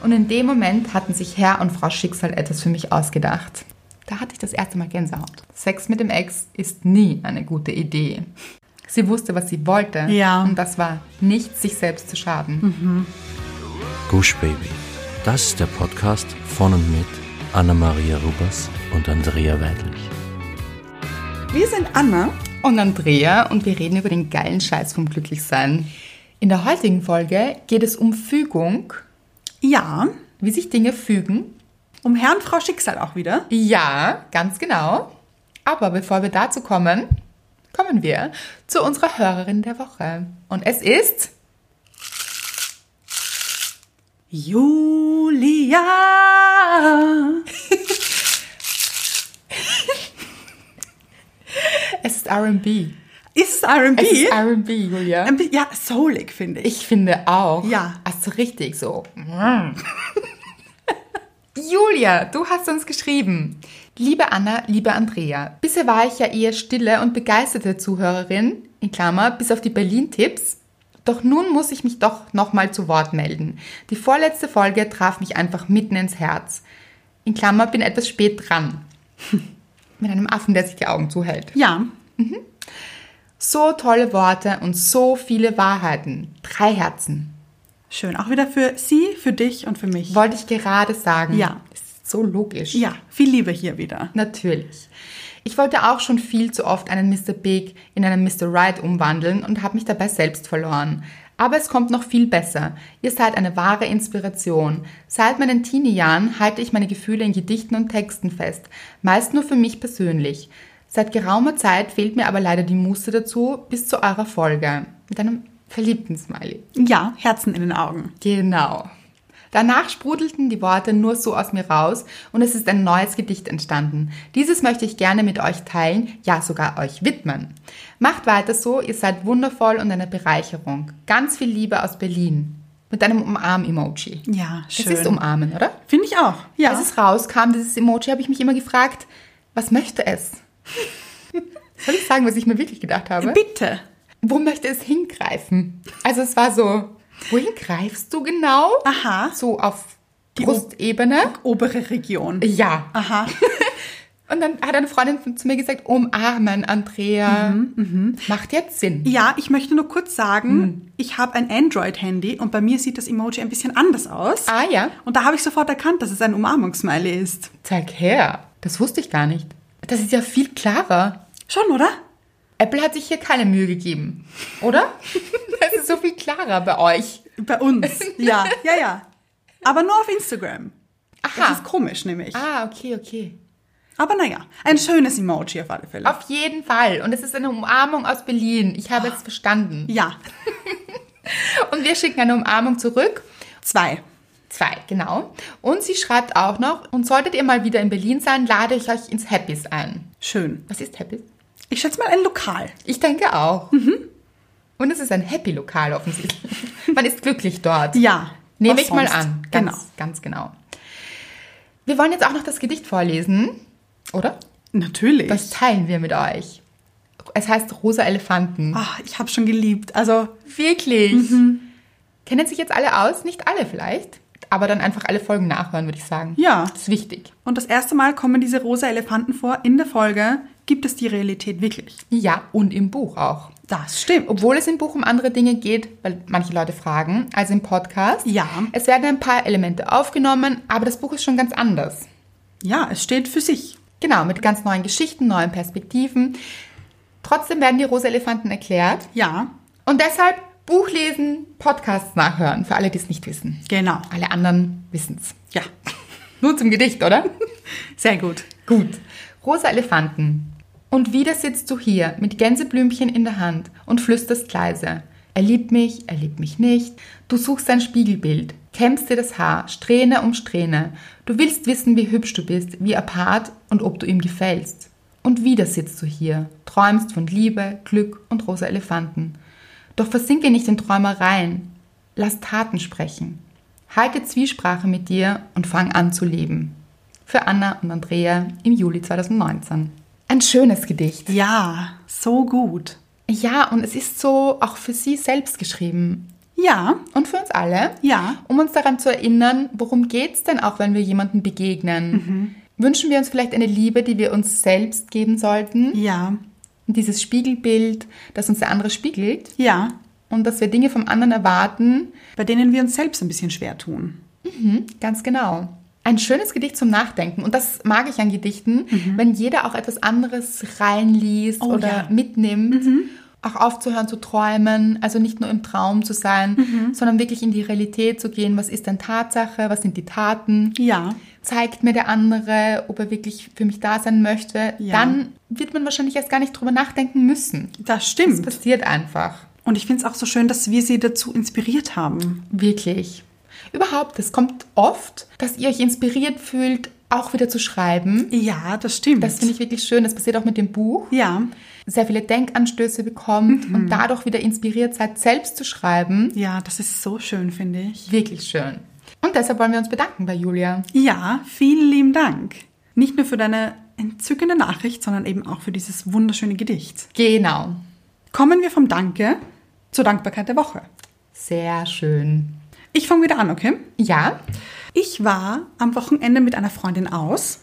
Und in dem Moment hatten sich Herr und Frau Schicksal etwas für mich ausgedacht. Da hatte ich das erste Mal Gänsehaut. Sex mit dem Ex ist nie eine gute Idee. Sie wusste, was sie wollte. Ja. Und das war nicht, sich selbst zu schaden. Gush Baby. Das ist der Podcast von und mit Anna-Maria Rubers und Andrea Weidlich. Wir sind Anna. Und Andrea und wir reden über den geilen Scheiß vom Glücklichsein. In der heutigen Folge geht es um Fügung, Ja, wie sich Dinge fügen. um Herr und Frau Schicksal auch wieder. Ja, ganz genau. Aber bevor wir dazu kommen, kommen wir zu unserer Hörerin der Woche. Und es ist Julia. Es ist R&B. Ist es R&B? Es ist R&B, Julia. Ja, soulig, finde ich. Ich finde auch. Ja. Also richtig so. Julia, du hast uns geschrieben. Liebe Anna, liebe Andrea, bisher war ich ja eher stille und begeisterte Zuhörerin, in Klammer, bis auf die Berlin-Tipps. Doch nun muss ich mich doch nochmal zu Wort melden. Die vorletzte Folge traf mich einfach mitten ins Herz. In Klammer, bin etwas spät dran. Mit einem Affen, der sich die Augen zuhält. Ja, So tolle Worte und so viele Wahrheiten. 3 Herzen. schön. Auch wieder für Sie, für dich und für mich. Wollte ich gerade sagen. Ja. Ist so logisch. Ja, viel Liebe hier wieder. Natürlich. Ich wollte auch schon viel zu oft einen Mr. Big in einen Mr. Right umwandeln und habe mich dabei selbst verloren. Aber es kommt noch viel besser. Ihr seid eine wahre Inspiration. Seit meinen Teenie-Jahren halte ich meine Gefühle in Gedichten und Texten fest. Meist nur für mich persönlich. Seit geraumer Zeit fehlt mir aber leider die Muße dazu, bis zu eurer Folge. Mit einem verliebten Smiley. Ja, Herzen in den Augen. Genau. Danach sprudelten die Worte nur so aus mir raus und es ist ein neues Gedicht entstanden. Dieses möchte ich gerne mit euch teilen, ja sogar euch widmen. Macht weiter so, ihr seid wundervoll und eine Bereicherung. Ganz viel Liebe aus Berlin. Mit einem Umarm-Emoji. Ja, schön. Es ist umarmen, oder? Finde ich auch. Ja. Als es rauskam, dieses Emoji, habe ich mich immer gefragt, was möchte es? Soll ich sagen, was ich mir wirklich gedacht habe? Bitte. Wo möchte es hingreifen? Also es war so, wohin greifst du genau? Aha. So auf Die Brustebene? Obere Region. Ja. Aha. Und dann hat eine Freundin zu mir gesagt, umarmen, Andrea. Macht jetzt Sinn. Ja, ich möchte nur kurz sagen, ich habe ein Android-Handy und bei mir sieht das Emoji ein bisschen anders aus. Ah ja, Und da habe ich sofort erkannt, dass es ein Umarmungssmiley ist. zeig her. Das wusste ich gar nicht. Das ist ja viel klarer. Schon, oder? Apple hat sich hier keine Mühe gegeben, oder? Das ist so viel klarer bei euch. Bei uns. Ja, ja, ja. Aber nur auf Instagram. Aha. Das ist komisch, nämlich. Ah, okay. Aber naja, ein schönes Emoji auf alle Fälle. Auf jeden Fall. Und es ist eine Umarmung aus Berlin. Ich habe es verstanden. Ja, Und wir schicken eine Umarmung zurück. 2. 2, genau. Und sie schreibt auch noch, und solltet ihr mal wieder in Berlin sein, lade ich euch ins Happys ein. Schön. Was ist Happys? Ich schätze mal ein Lokal. Ich denke auch. Und es ist ein Happy-Lokal offensichtlich. Man ist glücklich dort. Ja. Nehme was ich mal sonst? an. Genau. Ganz genau. Wir wollen jetzt auch noch das Gedicht vorlesen, oder? Natürlich. Das teilen wir mit euch. Es heißt Rosa Elefanten. Ach, ich habe schon geliebt. Also, Wirklich? Kennen sich jetzt alle aus? Nicht alle vielleicht. Aber dann einfach alle Folgen nachhören, würde ich sagen. Ja. Das ist wichtig. und das erste Mal kommen diese rosa Elefanten vor in der Folge. Gibt es die Realität wirklich? Ja, und im Buch auch. Das stimmt. Obwohl es im Buch um andere Dinge geht, weil manche Leute fragen, als im Podcast. Ja. Es werden ein paar Elemente aufgenommen, aber das Buch ist schon ganz anders. Ja, es steht für sich. Genau, mit ganz neuen Geschichten, neuen Perspektiven. Trotzdem werden die rosa Elefanten erklärt. Ja, Und deshalb Buch lesen, Podcasts nachhören, für alle, die es nicht wissen. genau. Alle anderen wissen es. Ja, Nur zum Gedicht, oder? sehr gut. Gut. Rosa Elefanten. Und wieder sitzt du hier mit Gänseblümchen in der Hand und flüsterst leise. Er liebt mich nicht. Du suchst ein Spiegelbild, kämmst dir das Haar, Strähne um Strähne. Du willst wissen, wie hübsch du bist, wie apart und ob du ihm gefällst. Und wieder sitzt du hier, träumst von Liebe, Glück und rosa Elefanten. Doch versinke nicht in Träumereien. Lass Taten sprechen. Halte Zwiesprache mit dir und fang an zu leben. Für Anna und Andrea im Juli 2019. Ein schönes Gedicht. Ja, so gut. Ja, und es ist so auch für sie selbst geschrieben. Ja, Und für uns alle. ja, Um uns daran zu erinnern, worum geht es denn auch, wenn wir jemandem begegnen? Wünschen wir uns vielleicht eine Liebe, die wir uns selbst geben sollten? ja, Dieses Spiegelbild, das uns der andere spiegelt. ja, Und dass wir Dinge vom anderen erwarten. bei denen wir uns selbst ein bisschen schwer tun. Ganz genau. Ein schönes Gedicht zum Nachdenken. Und das mag ich an Gedichten, wenn jeder auch etwas anderes reinliest Oh, oder ja. mitnimmt. Auch aufzuhören zu träumen, also nicht nur im Traum zu sein, sondern wirklich in die Realität zu gehen. Was ist denn Tatsache? Was sind die Taten? Ja, Zeigt mir der andere, ob er wirklich für mich da sein möchte? Ja. Dann wird man wahrscheinlich erst gar nicht drüber nachdenken müssen. das Es stimmt. passiert einfach. Und ich finde es auch so schön, dass wir sie dazu inspiriert haben. Wirklich. Überhaupt, es kommt oft, dass ihr euch inspiriert fühlt, auch wieder zu schreiben. Ja, das stimmt. Das finde ich wirklich schön. Das passiert auch mit dem Buch. Ja, Sehr viele Denkanstöße bekommt und dadurch wieder inspiriert seid, selbst zu schreiben. ja, das ist so schön, finde ich. Wirklich schön. Und deshalb wollen wir uns bedanken bei Julia. Ja, vielen lieben Dank. Nicht nur für deine entzückende Nachricht, sondern eben auch für dieses wunderschöne Gedicht. Genau. Kommen wir vom Danke zur Dankbarkeit der Woche. Sehr schön. Ich fange wieder an, okay? Ja, Ich war am Wochenende mit einer Freundin aus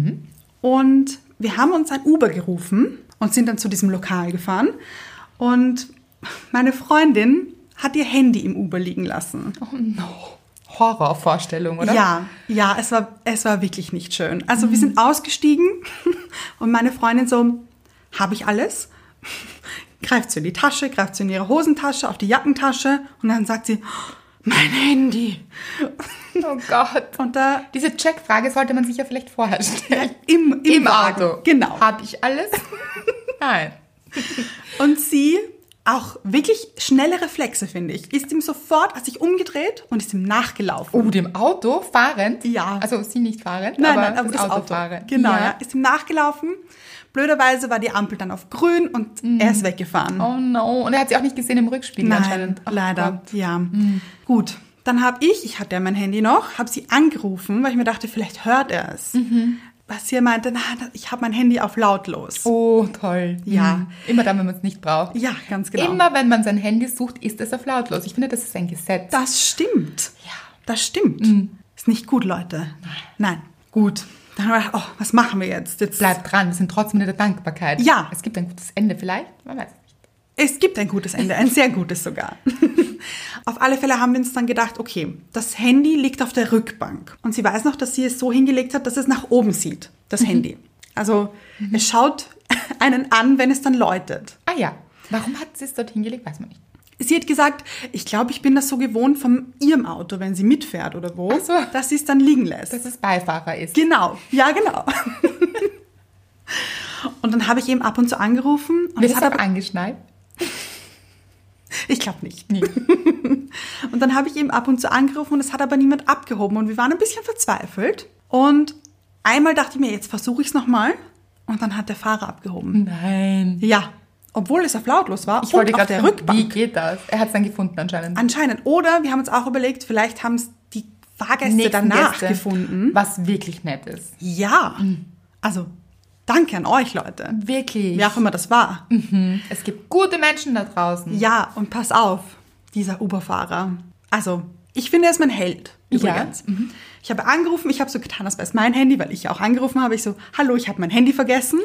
und wir haben uns ein Uber gerufen und sind dann zu diesem Lokal gefahren. Und meine Freundin hat ihr Handy im Uber liegen lassen. oh no. Horrorvorstellung, oder? Ja, es war wirklich nicht schön. Also wir sind ausgestiegen und meine Freundin so, habe ich alles? Greift sie in die Tasche, greift sie in ihre Hosentasche, auf die Jackentasche und dann sagt sie, mein Handy. Oh Gott. Und da Diese Checkfrage sollte man sich ja vielleicht vorher stellen. im Auto. Wagen. Genau. Habe ich alles? Nein. Und sie, auch wirklich schnelle Reflexe, finde ich, ist ihm sofort, hat sich umgedreht und ist ihm nachgelaufen. Oh, dem Auto fahrend? Ja. Also sie nicht fahrend, Nein, aber, nein, aber das Auto fahrend. Genau, ja. Ist ihm nachgelaufen. Blöderweise war die Ampel dann auf grün und er ist weggefahren. Oh no. Und er hat sie auch nicht gesehen im Rückspiegel Nein, anscheinend. Ach leider, Gott. ja. Gut, dann habe ich hatte ja mein Handy noch, habe sie angerufen, weil ich mir dachte, vielleicht hört er es. Was sie meinte, na, ich habe mein Handy auf lautlos. Oh, toll. Ja. Immer dann, wenn man es nicht braucht. Ja, ganz genau. Immer, wenn man sein Handy sucht, ist es auf lautlos. Ich finde, das ist ein Gesetz. Das stimmt. Ja. Das stimmt. Ist nicht gut, Leute. Nein. Gut. Dann habe ich gedacht, was machen wir jetzt? Bleibt dran, wir sind trotzdem in der Dankbarkeit. Ja. Es gibt ein gutes Ende vielleicht, man weiß es nicht. Es gibt ein gutes Ende, ein sehr gutes sogar. Auf alle Fälle haben wir uns dann gedacht, okay, das Handy liegt auf der Rückbank. Und sie weiß noch, dass sie es so hingelegt hat, dass es nach oben sieht, das Handy. Also es schaut einen an, wenn es dann läutet. Ah ja, warum hat sie es dort hingelegt, weiß man nicht. Sie hat gesagt, ich glaube, ich bin das so gewohnt von ihrem Auto, wenn sie mitfährt oder wo, Ach so. dass sie es dann liegen lässt. Dass es Beifahrer ist. Genau, ja genau. Und dann habe ich eben ab und zu angerufen. Und Wird es es hat auch aber, angeschnallt? ich glaube nicht. Nee. Und dann habe ich eben ab und zu angerufen und es hat aber niemand abgehoben und wir waren ein bisschen verzweifelt. Und einmal dachte ich mir, jetzt versuche ich es nochmal. Und dann hat der Fahrer abgehoben. Nein. Ja, obwohl es auf lautlos war Ich wollte und auf gerade der fragen, wie Rückbank. geht das? Er hat es dann gefunden anscheinend. Anscheinend. Oder wir haben uns auch überlegt, vielleicht haben es die Fahrgäste Nächsten danach Gäste, gefunden. Was wirklich nett ist. Ja, also danke an euch, Leute. Wirklich. Wer auch immer das war. Es gibt gute Menschen da draußen. Ja, und pass auf, dieser Uber-Fahrer. Also, ich finde, er ist mein Held. Übrigens. Ja. Ich habe angerufen, ich habe so getan, das wäre mein Handy, weil ich ja auch angerufen habe. Ich so, hallo, ich habe mein Handy vergessen.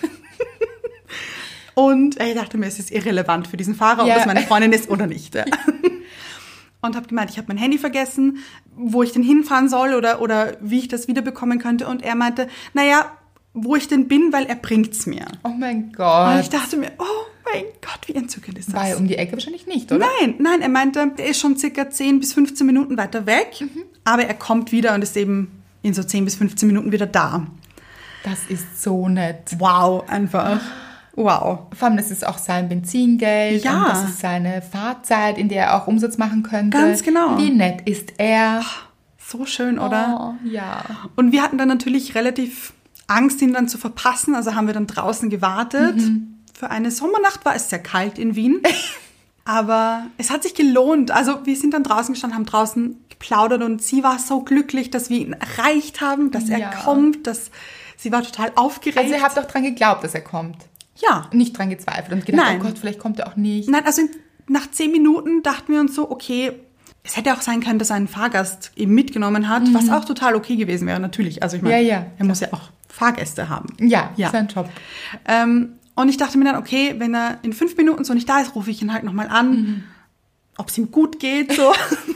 Und ich dachte mir, es ist irrelevant für diesen Fahrer, ob Ja. das meine Freundin ist oder nicht. Ja. Und habe gemeint, ich habe mein Handy vergessen, wo ich denn hinfahren soll oder wie ich das wiederbekommen könnte. Und er meinte, naja, wo ich denn bin, weil er bringt's mir. Oh mein Und Gott. ich dachte mir, oh mein Gott, wie entzückend ist das? War er um die Ecke wahrscheinlich nicht, oder? Nein, er meinte, er ist schon circa 10 bis 15 Minuten weiter weg, aber er kommt wieder und ist eben in so 10 bis 15 Minuten wieder da. Das ist so nett. Wow, einfach. Wow. Vor allem, das ist auch sein Benzingeld. Ja. Und das ist seine Fahrzeit, in der er auch Umsatz machen könnte. Ganz genau. Wie nett ist er. So schön, oder? Oh, ja. Und wir hatten dann natürlich relativ Angst, ihn dann zu verpassen, also haben wir dann draußen gewartet. Für eine Sommernacht war es sehr kalt in Wien. Aber es hat sich gelohnt. Also wir sind dann draußen gestanden, haben draußen geplaudert und sie war so glücklich, dass wir ihn erreicht haben, dass er Ja. kommt. Sie war total aufgeregt. Also ihr habt auch dran geglaubt, dass er kommt. Ja. Nicht dran gezweifelt und gedacht, Nein. oh Gott, vielleicht kommt er auch nicht. Nein, also nach 10 Minuten dachten wir uns so, okay, es hätte auch sein können, dass er einen Fahrgast eben mitgenommen hat, was auch total okay gewesen wäre, natürlich. Also ich meine, er muss ja auch Fahrgäste haben. Ja, sein Job. Und ich dachte mir dann, okay, wenn er in 5 Minuten so nicht da ist, rufe ich ihn halt nochmal an, ob es ihm gut geht, so.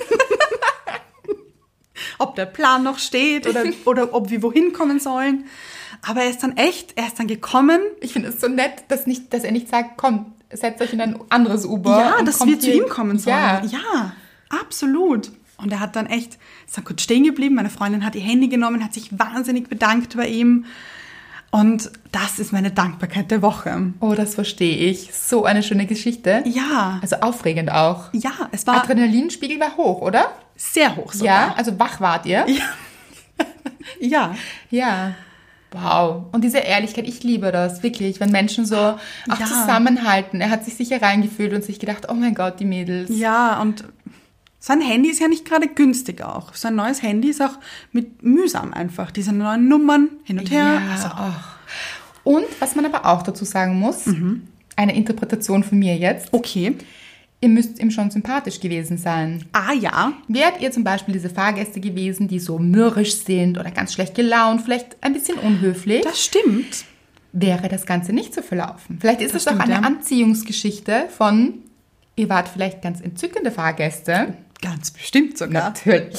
Ob der Plan noch steht oder ob wir wohin kommen sollen. Aber er ist dann gekommen. Ich finde es so nett, dass er nicht sagt, komm, setzt euch in ein anderes Uber. Ja, dass wir zu ihm kommen sollen. Ja, absolut. Und er hat dann ist dann kurz stehen geblieben. Meine Freundin hat ihr Handy genommen, hat sich wahnsinnig bedankt bei ihm. Und das ist meine Dankbarkeit der Woche. Oh, das verstehe ich. So eine schöne Geschichte. Ja. Also aufregend auch. Ja, es war... Adrenalinspiegel war hoch, oder? Sehr hoch sogar. Ja, also wach wart ihr? Ja. Ja. Wow. Und diese Ehrlichkeit, ich liebe das, wirklich, wenn Menschen so auch zusammenhalten. Er hat sich sicher reingefühlt und sich gedacht, oh mein Gott, die Mädels. Ja, und sein Handy ist ja nicht gerade günstig auch. Sein neues Handy ist auch mit mühsam einfach. Diese neuen Nummern hin und her. Ja, also. Und was man aber auch dazu sagen muss, eine Interpretation von mir jetzt. Okay. Ihr müsst ihm schon sympathisch gewesen sein. Ah ja. Wärt ihr zum Beispiel diese Fahrgäste gewesen, die so mürrisch sind oder ganz schlecht gelaunt, vielleicht ein bisschen unhöflich? Das stimmt. Wäre das Ganze nicht so verlaufen. Vielleicht ist es auch eine Anziehungsgeschichte von, ihr wart vielleicht ganz entzückende Fahrgäste. Ganz bestimmt sogar. Natürlich.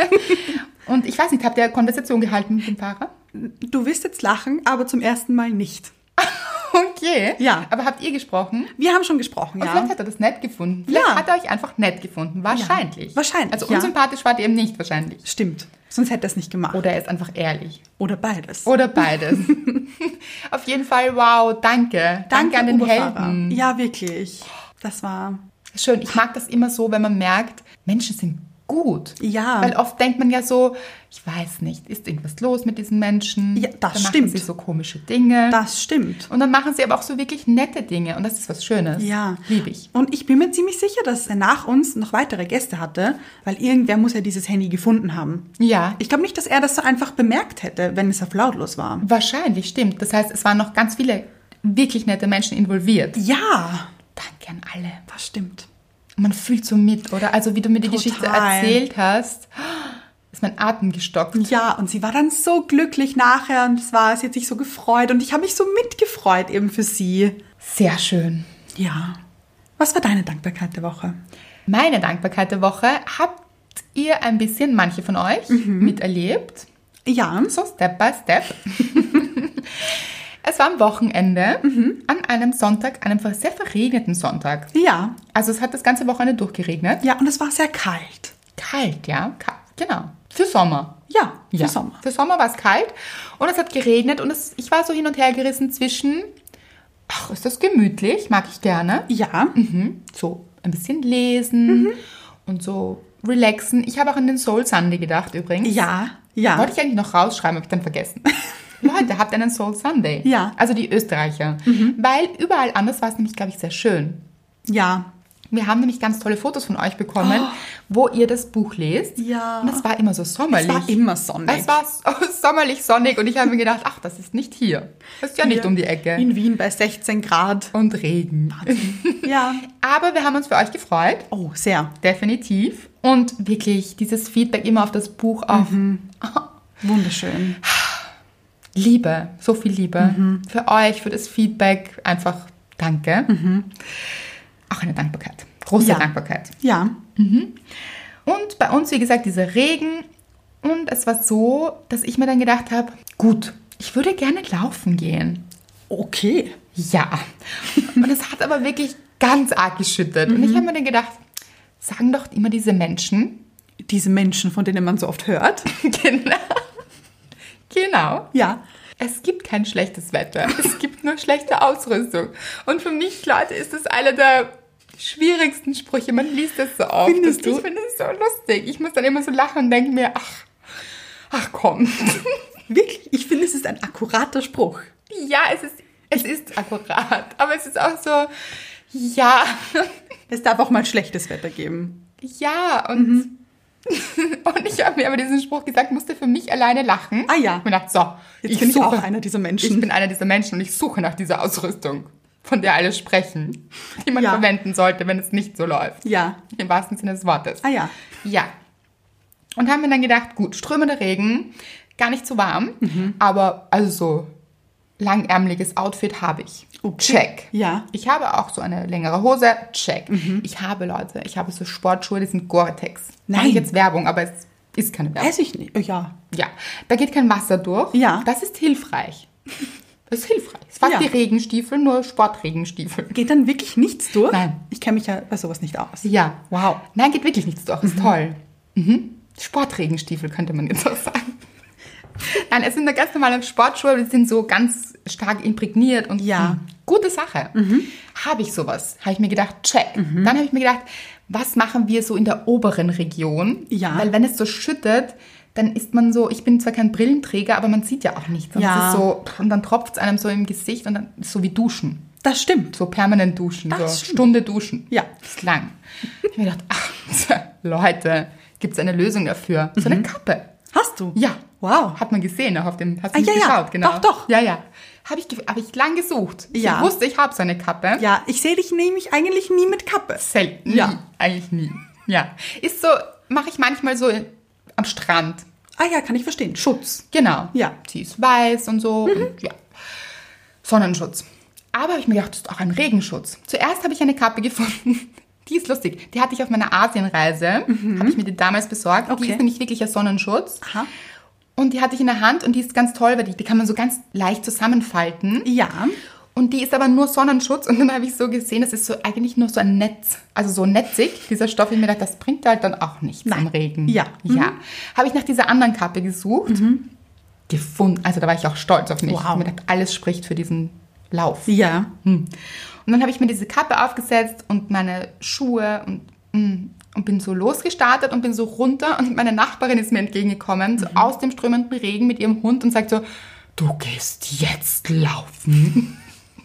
Und ich weiß nicht, habt ihr Konversation gehalten mit dem Fahrer? Du wirst jetzt lachen, aber zum ersten Mal nicht. Okay. Ja. Aber habt ihr gesprochen? Wir haben schon gesprochen, Und vielleicht hat er das nett gefunden. Vielleicht hat er euch einfach nett gefunden. Wahrscheinlich. Ja, wahrscheinlich. Also unsympathisch wart ihr ihm nicht wahrscheinlich. Stimmt. Sonst hätte er es nicht gemacht. Oder er ist einfach ehrlich. Oder beides. Oder beides. Auf jeden Fall, wow, danke. Danke an den Uberfahrer. Helden. Ja, wirklich. Das war... Schön. Ich mag das immer so, wenn man merkt, Menschen sind gut. Ja. Weil oft denkt man ja so, ich weiß nicht, ist irgendwas los mit diesen Menschen? Ja, das dann stimmt. Machen sie so komische Dinge. Das stimmt. Und dann machen sie aber auch so wirklich nette Dinge. Und das ist was Schönes. Ja. Liebe ich. Und ich bin mir ziemlich sicher, dass er nach uns noch weitere Gäste hatte, weil irgendwer muss ja dieses Handy gefunden haben. Ja. Ich glaube nicht, dass er das so einfach bemerkt hätte, wenn es auf lautlos war. Wahrscheinlich, stimmt. Das heißt, es waren noch ganz viele wirklich nette Menschen involviert. Ja. Danke an alle. Das stimmt. Man fühlt so mit, oder? Also wie du mir die Total. Geschichte erzählt hast, ist mein Atem gestockt. Ja, und sie war dann so glücklich nachher und sie hat sich so gefreut und ich habe mich so mitgefreut eben für sie. Sehr schön. Ja. Was war deine Dankbarkeit der Woche? Meine Dankbarkeit der Woche habt ihr ein bisschen, manche von euch, miterlebt. Ja. So Step by Step. Es war am Wochenende, an einem Sonntag, einem sehr verregneten Sonntag. Ja. Also es hat das ganze Wochenende durchgeregnet. Ja, und es war sehr kalt. Kalt, ja. Genau. Für Sommer. Ja, Ja, für Sommer. Für Sommer war es kalt und es hat geregnet und ich war so hin und her gerissen zwischen, ach, ist das gemütlich, mag ich gerne. Ja. So ein bisschen lesen und so relaxen. Ich habe auch an den Soul Sunday gedacht übrigens. Ja. Ja. Wollte ich eigentlich noch rausschreiben, habe ich dann vergessen. Leute, habt einen Soul Sunday. Ja. Also die Österreicher. Weil überall anders war es nämlich, glaube ich, sehr schön. Ja. Wir haben nämlich ganz tolle Fotos von euch bekommen, wo ihr das Buch lest. Ja. Und es war immer so sommerlich. Es war immer sonnig. Es war sommerlich sonnig und ich habe mir gedacht, ach, das ist nicht hier. Das ist ja nicht um die Ecke. In Wien bei 16 Grad. Und Regen. Ja. Aber wir haben uns für euch gefreut. Oh, sehr. Definitiv. Und wirklich dieses Feedback immer auf das Buch auch. Wunderschön. Liebe, so viel Liebe. Für euch, für das Feedback. Einfach danke. Auch eine Dankbarkeit. Große Ja. Dankbarkeit. Ja. Und bei uns, wie gesagt, dieser Regen. Und es war so, dass ich mir dann gedacht habe, gut, ich würde gerne laufen gehen. Okay. Ja. Und es hat aber wirklich ganz arg geschüttet. Und ich habe mir dann gedacht, sagen doch immer diese Menschen. Diese Menschen, von denen man so oft hört. Genau. Ja. Es gibt kein schlechtes Wetter. Es gibt nur schlechte Ausrüstung. Und für mich, Leute, ist das einer der schwierigsten Sprüche. Man liest das so oft. Findest du? Ich finde es so lustig. Ich muss dann immer so lachen und denke mir, ach komm. Wirklich, ich finde, es ist ein akkurater Spruch. Ja, es ist akkurat. Aber es ist auch so, ja. Es darf auch mal schlechtes Wetter geben. Ja, und ich habe mir aber diesen Spruch gesagt, musste für mich alleine lachen. Ah ja. Ich habe mir gedacht, so, Jetzt bin ich auch einer dieser Menschen. Ich bin einer dieser Menschen und ich suche nach dieser Ausrüstung. von der alle sprechen, die man verwenden sollte, wenn es nicht so läuft. Ja. Im wahrsten Sinne des Wortes. Ah ja. Ja. Und haben mir dann gedacht, gut, strömender Regen, gar nicht so warm, aber also so langärmeliges Outfit habe ich. Okay. Check. Ja. Ich habe auch so eine längere Hose. Check. Ich habe so Sportschuhe, die sind Gore-Tex. Nein. Mache ich jetzt Werbung, aber es ist keine Werbung. Weiß ich nicht. Ja. Ja, da geht kein Wasser durch. Ja. Das ist hilfreich. Das ist hilfreich. Es ist fast wie Regenstiefel, nur Sportregenstiefel. Geht dann wirklich nichts durch? Nein. Ich kenne mich ja bei sowas nicht aus. Ja. Wow. Nein, geht wirklich nichts durch. Ist toll. Sportregenstiefel könnte man jetzt auch sagen. Nein, es sind da ganz normale Sportschuhe, die sind so ganz stark imprägniert und gute Sache. Habe ich sowas? Habe ich mir gedacht, check. Dann habe ich mir gedacht, was machen wir so in der oberen Region? Ja. Weil wenn es so schüttet, dann ist man so, ich bin zwar kein Brillenträger, aber man sieht ja auch nichts. Und, es ist so, und dann tropft es einem so im Gesicht und dann ist es so wie Duschen. Das stimmt. So permanent duschen, Das so stimmt. Stunde duschen. Ja. Das ist lang. Ich habe mir gedacht, ach, Leute, gibt es eine Lösung dafür? So eine Kappe. Hast du? Ja. Wow. Hat man gesehen, auch auf dem, hast du nicht ja, ja. geschaut, genau. Doch. Ja, ja. Hab ich lang gesucht. Ja. Ich wusste, ich habe so eine Kappe. Ja, ich sehe dich nämlich eigentlich nie mit Kappe. Selten. Nie. Ja. Eigentlich nie. Ja. Ist so, mache ich manchmal so am Strand. Ah ja, kann ich verstehen. Schutz. Genau. Ja. Sie ist weiß und so. Und ja. Sonnenschutz. Aber habe ich mir gedacht, das ist auch ein Regenschutz. Zuerst habe ich eine Kappe gefunden. Die ist lustig. Die hatte ich auf meiner Asienreise. Habe ich mir die damals besorgt. Okay. Die ist nämlich wirklich ein Sonnenschutz. Aha. Und die hatte ich in der Hand und die ist ganz toll, weil die kann man so ganz leicht zusammenfalten. Ja. Und die ist aber nur Sonnenschutz. Und dann habe ich so gesehen, das ist so eigentlich nur so ein Netz. Also so netzig, dieser Stoff. Ich mir gedacht, das bringt halt dann auch nichts im Regen. Ja. Ja. Habe ich nach dieser anderen Kappe gesucht. Gefunden. Also da war ich auch stolz auf mich. Wow. Ich habe mir gedacht, alles spricht für diesen Lauf. Ja. Und dann habe ich mir diese Kappe aufgesetzt und meine Schuhe und bin so losgestartet und bin so runter und meine Nachbarin ist mir entgegengekommen, so aus dem strömenden Regen mit ihrem Hund und sagt so, du gehst jetzt laufen.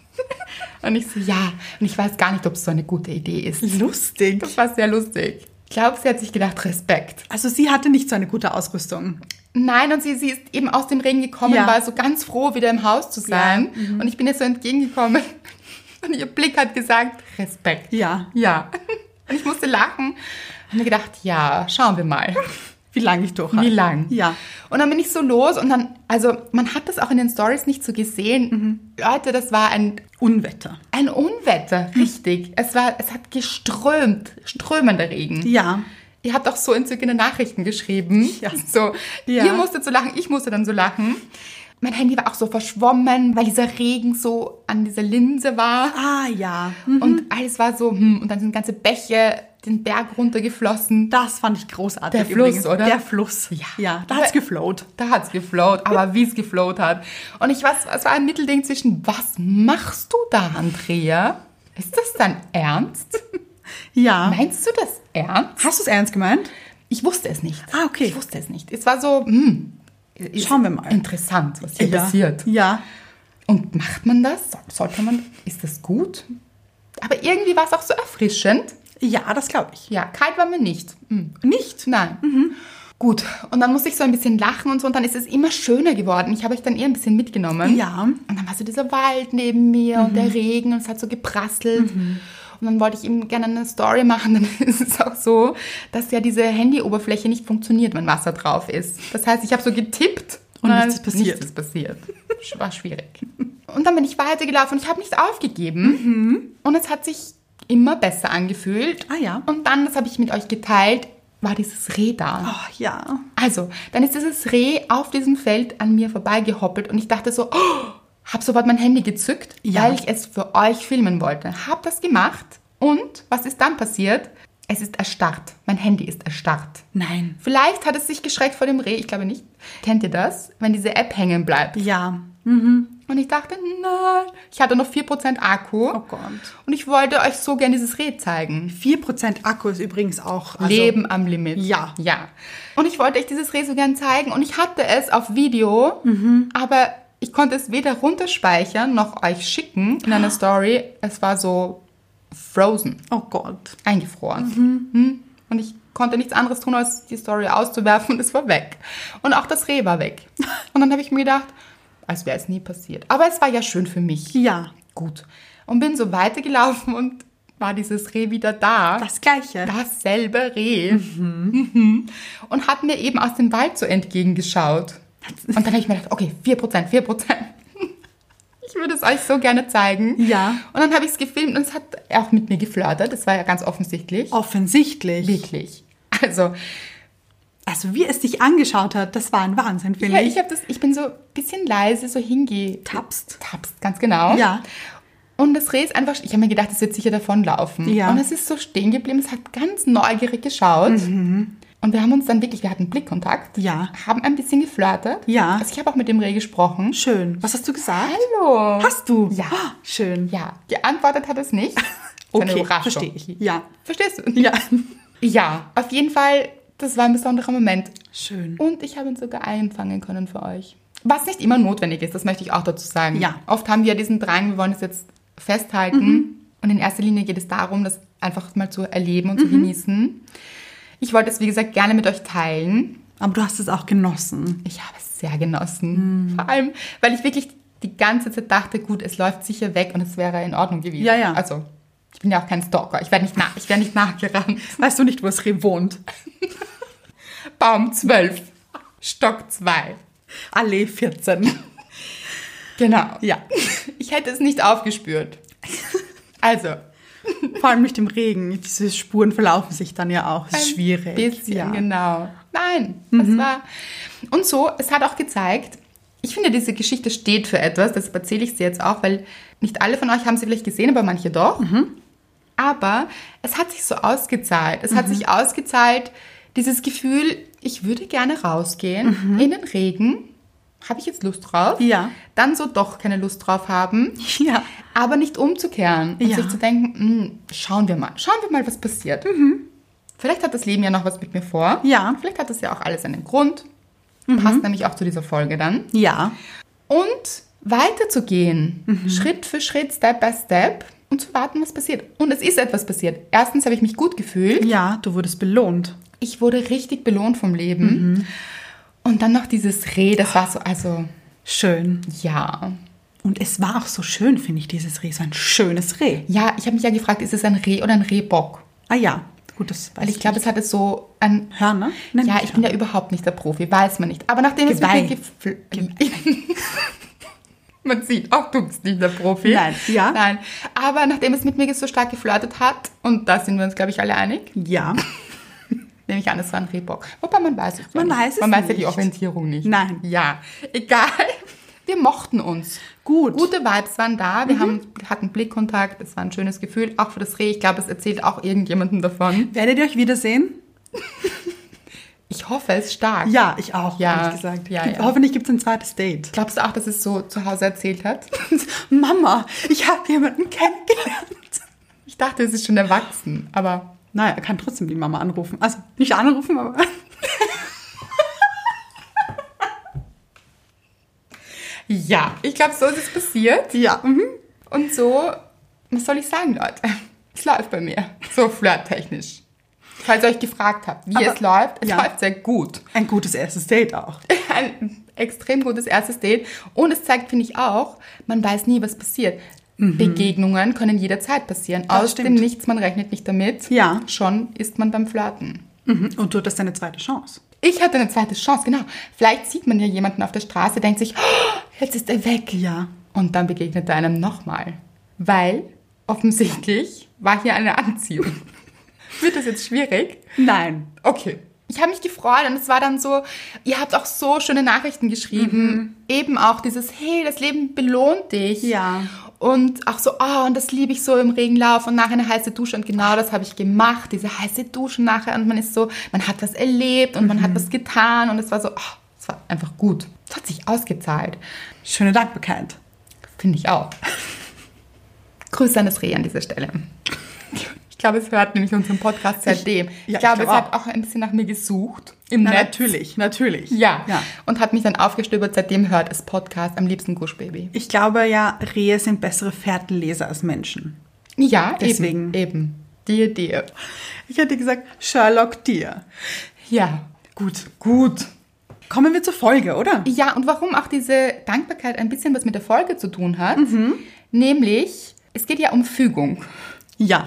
Und ich so, ja. Und ich weiß gar nicht, ob es so eine gute Idee ist. Lustig. Das war sehr lustig. Ich glaube, sie hat sich gedacht, Respekt. Also sie hatte nicht so eine gute Ausrüstung. Nein, und sie ist eben aus dem Regen gekommen, Ja. war so ganz froh, wieder im Haus zu sein. Ja. Und ich bin ihr so entgegengekommen. Und ihr Blick hat gesagt, Respekt. Ja. Ja. Und ich musste lachen und mir gedacht, ja, schauen wir mal, Wie lange ich durchhalte. wie lang. Ja. Und dann bin ich so los und dann, also man hat das auch in den Stories nicht so gesehen. Leute, das war ein Unwetter. Unwetter, richtig. Es hat geströmt, strömender Regen. Ja. Ihr habt auch so entzückende Nachrichten geschrieben. Ja. So, Ja. ihr musstet so lachen, ich musste dann so lachen. Mein Handy war auch so verschwommen, weil dieser Regen so an dieser Linse war. Ah ja. Und alles war so, und dann sind ganze Bäche den Berg runtergeflossen. Das fand ich großartig. Der Fluss, übrigens. oder? Der Fluss. Ja. Ja, da hat's geflowt. Da hat's geflowt, aber wie es geflowt hat. Und es war ein Mittelding zwischen, was machst du da, Andrea? Ist das dein Ernst? Ja. Meinst du das ernst? Hast du es ernst gemeint? Ich wusste es nicht. Ah, okay. Ich wusste es nicht. Es war so, Schauen wir mal. interessant, was hier passiert. Ja. Und macht man das? Sollte man? Ist das gut? Aber irgendwie war es auch so erfrischend. Ja, das glaube ich. Ja, kalt war mir nicht. Nicht? Nein. Gut, und dann musste ich so ein bisschen lachen und so und dann ist es immer schöner geworden. Ich habe euch dann eher ein bisschen mitgenommen. Ja. Und dann war so dieser Wald neben mir und der Regen und es hat so geprasselt. Und dann wollte ich ihm gerne eine Story machen. Dann ist es auch so, dass ja diese Handyoberfläche nicht funktioniert, wenn Wasser drauf ist. Das heißt, ich habe so getippt Und dann nichts ist passiert. Nichts ist passiert. War schwierig. Und dann bin ich weitergelaufen und ich habe nicht aufgegeben. Und es hat sich immer besser angefühlt. Ah ja. Und dann, das habe ich mit euch geteilt, war dieses Reh da. Oh, ja. Also, dann ist dieses Reh auf diesem Feld an mir vorbeigehoppelt und ich dachte so, habe sofort mein Handy gezückt, Ja. weil ich es für euch filmen wollte. Habe das gemacht und was ist dann passiert? Es ist erstarrt. Mein Handy ist erstarrt. Nein. Vielleicht hat es sich geschreckt vor dem Reh, ich glaube nicht. Kennt ihr das? Wenn diese App hängen bleibt. Ja. Und ich dachte, nein, ich hatte noch 4% Akku. Oh Gott. Und ich wollte euch so gerne dieses Reh zeigen. 4% Akku ist übrigens auch... Also, Leben am Limit. Ja. Ja. Und ich wollte euch dieses Reh so gern zeigen und ich hatte es auf Video, aber ich konnte es weder runterspeichern noch euch schicken in einer Story. Es war so frozen, Oh Gott. eingefroren. Und ich konnte nichts anderes tun, als die Story auszuwerfen und es war weg. Und auch das Reh war weg. Und dann habe ich mir gedacht, als wäre es nie passiert. Aber es war ja schön für mich. Ja. Gut. und bin so weitergelaufen und war dieses Reh wieder da. Das Gleiche. Dasselbe Reh. Und hat mir eben aus dem Wald so entgegengeschaut. Und dann habe ich mir gedacht, okay, 4%. Ich würde es euch so gerne zeigen. Ja. Und dann habe ich es gefilmt und es hat auch mit mir geflirtet. Das war ja ganz offensichtlich. Offensichtlich. Wirklich. Also wie es dich angeschaut hat, das war ein Wahnsinn, finde ja, ich. ich bin so ein bisschen leise so Tapst, ganz genau. Ja. Und das Reh ist einfach, ich habe mir gedacht, es wird sicher davonlaufen. Ja. Und es ist so stehen geblieben, es hat ganz neugierig geschaut. Und wir haben uns dann wirklich, wir hatten Blickkontakt, Ja. haben ein bisschen geflirtet. Ja. Also ich habe auch mit dem Reh gesprochen. Schön. Was hast du gesagt? Hallo. Hast du? Ja. Ah, schön. Ja, geantwortet hat es nicht. Das ist eine Okay, Überraschung. verstehe ich. Ja. Verstehst du? Ja. Ja, auf jeden Fall, das war ein besonderer Moment. Schön. Und ich habe ihn sogar einfangen können für euch. Was nicht immer notwendig ist, das möchte ich auch dazu sagen. Ja. Oft haben wir diesen Drang, wir wollen es jetzt festhalten. Und in erster Linie geht es darum, das einfach mal zu erleben und zu genießen. Ich wollte es, wie gesagt, gerne mit euch teilen. Aber du hast es auch genossen. Ich habe es sehr genossen. Vor allem, weil ich wirklich die ganze Zeit dachte, gut, es läuft sicher weg und es wäre in Ordnung gewesen. Ja, ja. Also, ich bin ja auch kein Stalker. Ich werde nicht nachgerannt. Weißt du nicht, wo das Reh wohnt? Baum 12, Stock 2. Allee 14. Genau. Ja. Ich hätte es nicht aufgespürt. Also, Vor allem nicht im Regen. Diese Spuren verlaufen sich dann ja auch. Das ist schwierig. bisschen, Ja. genau. Nein, das war... Und so, es hat auch gezeigt, ich finde, diese Geschichte steht für etwas, deshalb erzähle ich sie jetzt auch, weil nicht alle von euch haben sie vielleicht gesehen, aber manche doch. Aber es hat sich so ausgezahlt. Es hat sich ausgezahlt, dieses Gefühl, ich würde gerne rausgehen in den Regen. Habe ich jetzt Lust drauf? Ja. Dann so doch keine Lust drauf haben. Ja. Aber nicht umzukehren und Ja. sich zu denken, schauen wir mal, was passiert. Vielleicht hat das Leben ja noch was mit mir vor. Ja. Vielleicht hat das ja auch alles einen Grund. Passt nämlich auch zu dieser Folge dann. Ja. Und weiterzugehen, Schritt für Schritt, Step by Step und zu warten, was passiert. Und es ist etwas passiert. Erstens habe ich mich gut gefühlt. Ja, du wurdest belohnt. Ich wurde richtig belohnt vom Leben. Und dann noch dieses Reh, das war so, also, Schön. ja. Und es war auch so schön, finde ich, dieses Reh. So ein schönes Reh. Ja, ich habe mich ja gefragt, ist es ein Reh oder ein Rehbock? Ah ja. Gut, das weiß Weil ich glaube, es hatte so ein... Hörner? Nein, Ja, nicht ich bin ja Hörner. überhaupt nicht der Profi, weiß man nicht. Aber nachdem es Geweih. Man sieht, auch du bist nicht der Profi. Nein, ja. Nein. Aber nachdem es mit mir so stark geflirtet hat, und da sind wir uns, glaube ich, alle einig, Ja. nehme ich an, es war ein Rehbock. Wobei man weiß es ja Man nicht. weiß es Man weiß ja die nicht. Orientierung nicht. Nein. Ja, egal. Wir mochten uns. Gut. Gute Vibes waren da. Wir hatten Blickkontakt. Es war ein schönes Gefühl. Auch für das Reh. Ich glaube, es erzählt auch irgendjemandem davon. Werdet ihr euch wiedersehen? Ich hoffe es stark. Ja, ich auch, Ja. ehrlich gesagt. Ja, ja. Hoffentlich gibt es ein zweites Date. Glaubst du auch, dass es so zu Hause erzählt hat? Mama, ich habe jemanden kennengelernt. Ich dachte, es ist schon erwachsen, aber Naja, er kann trotzdem die Mama anrufen. Also nicht anrufen, aber... ja, ich glaube, so ist es passiert. Ja. Und so, was soll ich sagen, Leute? Es läuft bei mir. So flirttechnisch. Falls ihr euch gefragt habt, wie Aber- es läuft, es ja. läuft sehr gut. Ein gutes erstes Date auch. Ein extrem gutes erstes Date. Und es zeigt, finde ich auch, man weiß nie, was passiert. Begegnungen können jederzeit passieren. Das Aus dem stimmt. Nichts, man rechnet nicht damit. Ja. Schon ist man beim Flirten. Und du hattest deine zweite Chance. Ich hatte eine zweite Chance, genau. Vielleicht sieht man ja jemanden auf der Straße, denkt sich, oh, jetzt ist er weg. Ja. Und dann begegnet er einem nochmal. Weil offensichtlich war hier eine Anziehung. Wird das jetzt schwierig? Nein. Okay. Ich habe mich gefreut und es war dann so, ihr habt auch so schöne Nachrichten geschrieben. Eben auch dieses, hey, das Leben belohnt dich. Ja. Und auch so, oh, und das liebe ich so im Regenlauf und nachher eine heiße Dusche. Und genau das habe ich gemacht, diese heiße Dusche nachher. Und man ist so, man hat was erlebt und man hat was getan. Und es war so, oh, es war einfach gut. Es hat sich ausgezahlt. Schöne Dankbarkeit. Finde ich auch. Grüße an das Reh an dieser Stelle. Ich glaube, es hört nämlich unseren Podcast seitdem. Ich glaube, es hat auch ein bisschen nach mir gesucht. Im Na, Netz. natürlich. Ja. Ja. Und hat mich dann aufgestöbert. Seitdem hört es Podcast, am liebsten Guschbaby. Ich glaube ja, Rehe sind bessere Fährtenleser als Menschen. Ja, Deswegen. Eben. Dir. Ich hätte gesagt, Sherlock Deer. Ja. Gut. Kommen wir zur Folge, oder? Ja, und warum auch diese Dankbarkeit ein bisschen was mit der Folge zu tun hat. Nämlich, Es geht ja um Fügung. Ja.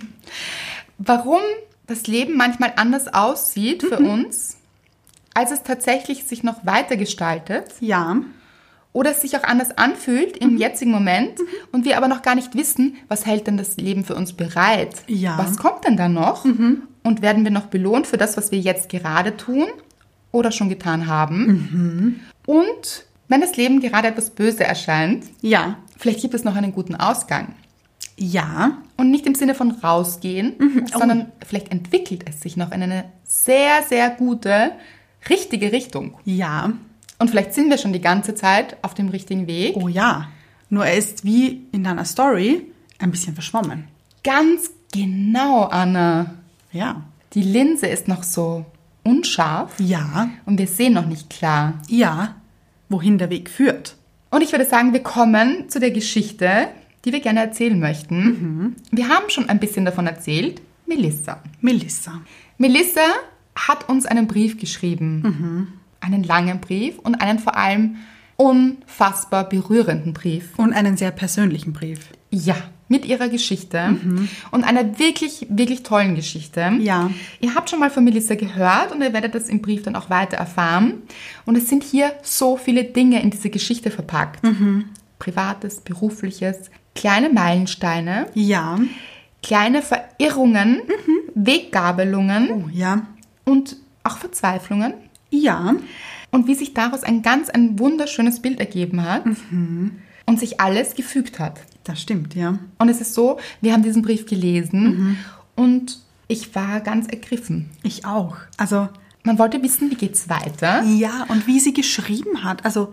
Warum das Leben manchmal anders aussieht für uns, als es tatsächlich sich noch weiter gestaltet. Ja. Oder es sich auch anders anfühlt im jetzigen Moment und wir aber noch gar nicht wissen, was hält denn das Leben für uns bereit? Ja. Was kommt denn da noch? Und werden wir noch belohnt für das, was wir jetzt gerade tun oder schon getan haben? Und wenn das Leben gerade etwas böse erscheint, Ja. vielleicht gibt es noch einen guten Ausgang. Ja. Und nicht im Sinne von rausgehen, sondern vielleicht entwickelt es sich noch in eine sehr, sehr gute, richtige Richtung. Ja. Und vielleicht sind wir schon die ganze Zeit auf dem richtigen Weg. Oh ja. Nur er ist wie in deiner Story ein bisschen verschwommen. Ganz genau, Anna. Ja. Die Linse ist noch so unscharf Ja. und wir sehen noch nicht klar. Ja. Wohin der Weg führt. Und ich würde sagen, wir kommen zu der Geschichte, die wir gerne erzählen möchten. Wir haben schon ein bisschen davon erzählt. Melissa. Melissa. Melissa hat uns einen Brief geschrieben. Einen langen Brief und einen vor allem unfassbar berührenden Brief. Und einen sehr persönlichen Brief. Ja, mit ihrer Geschichte und einer wirklich, wirklich tollen Geschichte. Ja. Ihr habt schon mal von Melissa gehört und ihr werdet das im Brief dann auch weiter erfahren. Und es sind hier so viele Dinge in diese Geschichte verpackt. Privates, Berufliches, kleine Meilensteine, Ja. kleine Verirrungen, Weggabelungen Oh ja. und auch Verzweiflungen. Ja. Und wie sich daraus ein wunderschönes Bild ergeben hat und sich alles gefügt hat. Das stimmt, ja. Und es ist so, wir haben diesen Brief gelesen und ich war ganz ergriffen. Ich auch. Also, Man wollte wissen, wie geht's weiter. ja, und wie sie geschrieben hat. Also,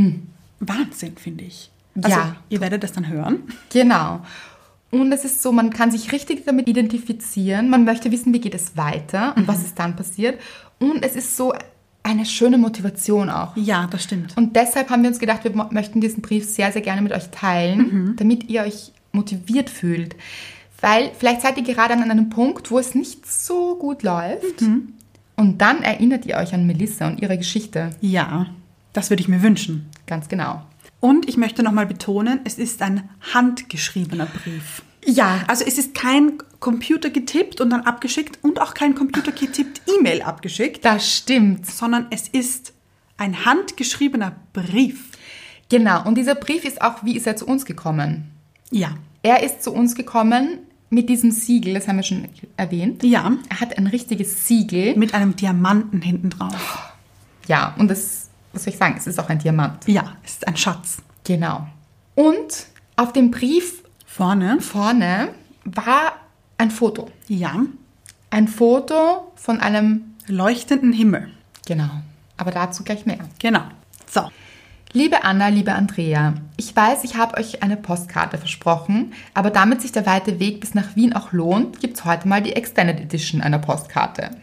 Wahnsinn, finde ich. Also, Ja. ihr werdet das dann hören. Genau. Und es ist so, man kann sich richtig damit identifizieren. Man möchte wissen, wie geht es weiter und was ist dann passiert. Und es ist so eine schöne Motivation auch. Ja, das stimmt. Und deshalb haben wir uns gedacht, wir möchten diesen Brief sehr, sehr gerne mit euch teilen, damit ihr euch motiviert fühlt. Weil vielleicht seid ihr gerade an einem Punkt, wo es nicht so gut läuft. Und dann erinnert ihr euch an Melissa und ihre Geschichte. Ja, das würde ich mir wünschen. Ganz genau. Und ich möchte nochmal betonen, es ist ein handgeschriebener Brief. Ja, Also es ist kein Computer getippt und dann abgeschickt und auch kein Computer getippt E-Mail abgeschickt, das stimmt. sondern es ist ein handgeschriebener Brief. Genau. Und dieser Brief ist auch, wie ist er zu uns gekommen? Ja. Er ist zu uns gekommen mit diesem Siegel, das haben wir schon erwähnt. Ja. Er hat ein richtiges Siegel. Mit einem Diamanten hinten drauf. Ja, und das, was soll ich sagen, es ist auch ein Diamant. Ja, es ist ein Schatz. Genau. Und auf dem Brief Vorne. vorne war ein Foto. Ja. Ein Foto von einem, Leuchtenden Himmel. genau, aber dazu gleich mehr. Genau. So. Liebe Anna, liebe Andrea, ich weiß, ich habe euch eine Postkarte versprochen, aber damit sich der weite Weg bis nach Wien auch lohnt, gibt es heute mal die Extended Edition einer Postkarte.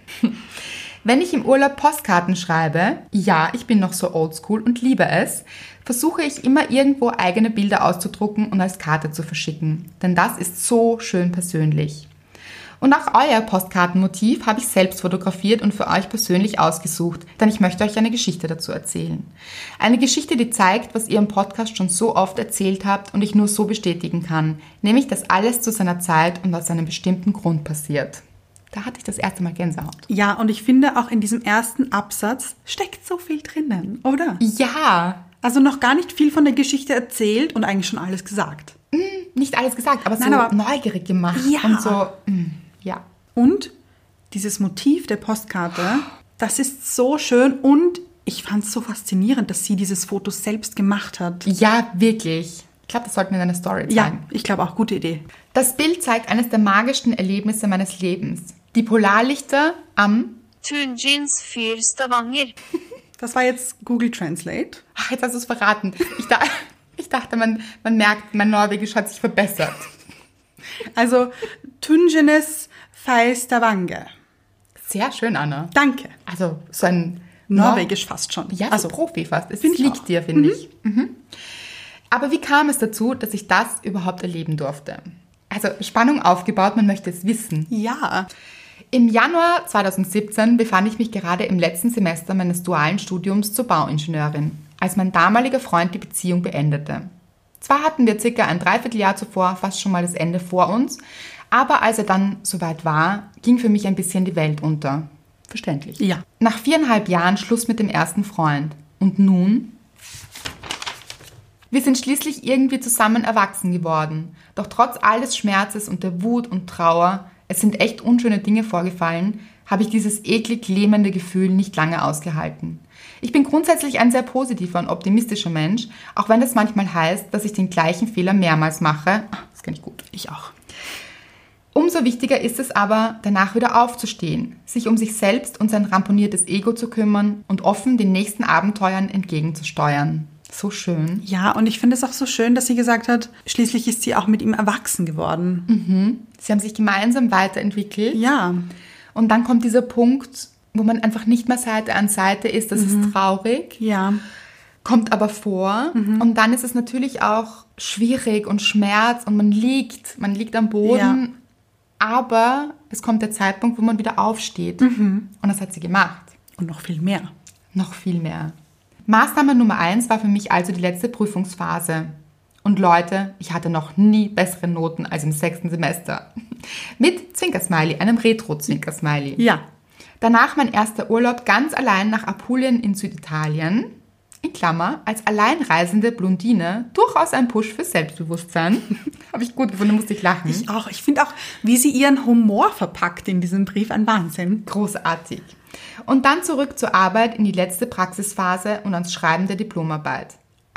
Wenn ich im Urlaub Postkarten schreibe, ja, ich bin noch so oldschool und liebe es, versuche ich immer irgendwo eigene Bilder auszudrucken und als Karte zu verschicken, denn das ist so schön persönlich. Und auch euer Postkartenmotiv habe ich selbst fotografiert und für euch persönlich ausgesucht, denn ich möchte euch eine Geschichte dazu erzählen. Eine Geschichte, die zeigt, was ihr im Podcast schon so oft erzählt habt und ich nur so bestätigen kann, nämlich, dass alles zu seiner Zeit und aus einem bestimmten Grund passiert. Da hatte ich das erste Mal Gänsehaut. Ja, und ich finde, auch in diesem ersten Absatz steckt so viel drinnen, oder? Ja, Also noch gar nicht viel von der Geschichte erzählt und eigentlich schon alles gesagt. nicht alles gesagt, aber Nein, so aber- neugierig gemacht Ja. und so, ja. Und dieses Motiv der Postkarte, das ist so schön und ich fand es so faszinierend, dass sie dieses Foto selbst gemacht hat. Ja, wirklich. Ich glaube, das sollten wir in einer Story zeigen. Ja, ich glaube auch, gute Idee. Das Bild zeigt eines der magischsten Erlebnisse meines Lebens. Die Polarlichter am... Tunjins Fyr Stavanger. Das war jetzt Google Translate. Ach, jetzt hast du es verraten. Ich dachte, man merkt, mein Norwegisch hat sich verbessert. Also Tungenes Feistavange. Sehr schön, Anna. Danke. Also so ein... Norwegisch fast schon. Ja, also so Profi fast. Es Find ich liegt auch. dir, finde ich. Aber wie kam es dazu, dass ich das überhaupt erleben durfte? Also Spannung aufgebaut, man möchte es wissen. ja. Im Januar 2017 befand ich mich gerade im letzten Semester meines dualen Studiums zur Bauingenieurin, als mein damaliger Freund die Beziehung beendete. Zwar hatten wir circa ein Dreivierteljahr zuvor fast schon mal das Ende vor uns, aber als er dann soweit war, ging für mich ein bisschen die Welt unter. Verständlich. Ja. Nach 4,5 Jahren Schluss mit dem ersten Freund. Und nun? Wir sind schließlich irgendwie zusammen erwachsen geworden. Doch trotz alles Schmerzes und der Wut und Trauer, es sind echt unschöne Dinge vorgefallen, habe ich dieses eklig lähmende Gefühl nicht lange ausgehalten. Ich bin grundsätzlich ein sehr positiver und optimistischer Mensch, auch wenn das manchmal heißt, dass ich den gleichen Fehler mehrmals mache. Das kenne ich gut. Ich auch. Umso wichtiger ist es aber, danach wieder aufzustehen, sich um sich selbst und sein ramponiertes Ego zu kümmern und offen den nächsten Abenteuern entgegenzusteuern. So schön. Ja, und ich finde es auch so schön, dass sie gesagt hat, schließlich ist sie auch mit ihm erwachsen geworden. Sie haben sich gemeinsam weiterentwickelt. Ja. Und dann kommt dieser Punkt, wo man einfach nicht mehr Seite an Seite ist. Das ist traurig, Ja. kommt aber vor. Und dann ist es natürlich auch schwierig und Schmerz und man liegt am Boden. Ja. Aber es kommt der Zeitpunkt, wo man wieder aufsteht. Und das hat sie gemacht. Und noch viel mehr. Noch viel mehr. Maßnahme Nummer 1 war für mich also die letzte Prüfungsphase. Und Leute, ich hatte noch nie bessere Noten als im 6. Semester. Mit Zwinkersmiley, einem Retro-Zwinkersmiley. Ja. Danach mein erster Urlaub ganz allein nach Apulien in Süditalien. In Klammer, als alleinreisende Blondine, durchaus ein Push für Selbstbewusstsein. Habe ich gut gefunden, musste ich lachen. Ich auch. Ich finde auch, wie sie ihren Humor verpackt in diesem Brief, ein Wahnsinn. Großartig. Und dann zurück zur Arbeit in die letzte Praxisphase und ans Schreiben der Diplomarbeit.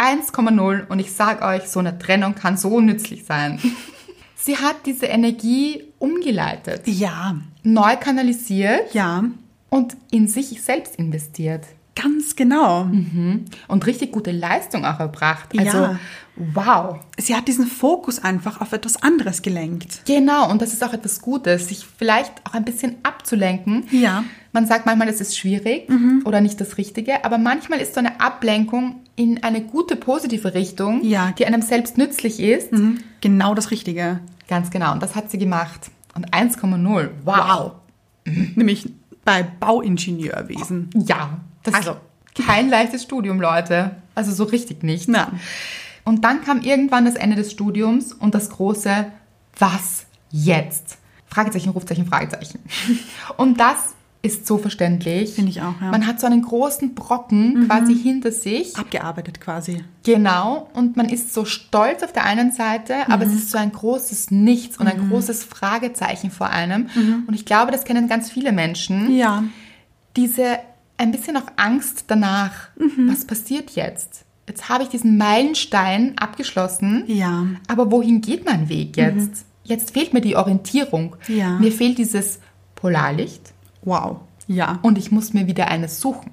1,0 und ich sag euch, so eine Trennung kann so nützlich sein. Sie hat diese Energie umgeleitet, Ja. neu kanalisiert Ja. und in sich selbst investiert. Ganz genau. Und richtig gute Leistung auch erbracht. Also, Ja. wow. Sie hat diesen Fokus einfach auf etwas anderes gelenkt. Genau, und das ist auch etwas Gutes, sich vielleicht auch ein bisschen abzulenken. Ja. Man sagt manchmal, das ist schwierig oder nicht das Richtige, aber manchmal ist so eine Ablenkung in eine gute, positive Richtung, Ja. die einem selbst nützlich ist. Genau das Richtige. Ganz genau, und das hat sie gemacht. Und 1,0, wow. Nämlich bei Bauingenieurwesen. Ja, das Also. ist kein leichtes Studium, Leute. Also so richtig nicht. Na. Und dann kam irgendwann das Ende des Studiums und das große Was jetzt? Fragezeichen, Rufzeichen, Fragezeichen. Und das ist so verständlich. Finde ich auch, ja. Man hat so einen großen Brocken quasi hinter sich. Abgearbeitet quasi. Genau. Und man ist so stolz auf der einen Seite, aber es ist so ein großes Nichts und ein großes Fragezeichen vor einem. Und ich glaube, das kennen ganz viele Menschen. Ja. Diese ein bisschen auch Angst danach. Was passiert jetzt? Jetzt habe ich diesen Meilenstein abgeschlossen. Ja. Aber wohin geht mein Weg jetzt? Jetzt fehlt mir die Orientierung. Ja. Mir fehlt dieses Polarlicht. Wow. Ja. Und ich muss mir wieder eines suchen.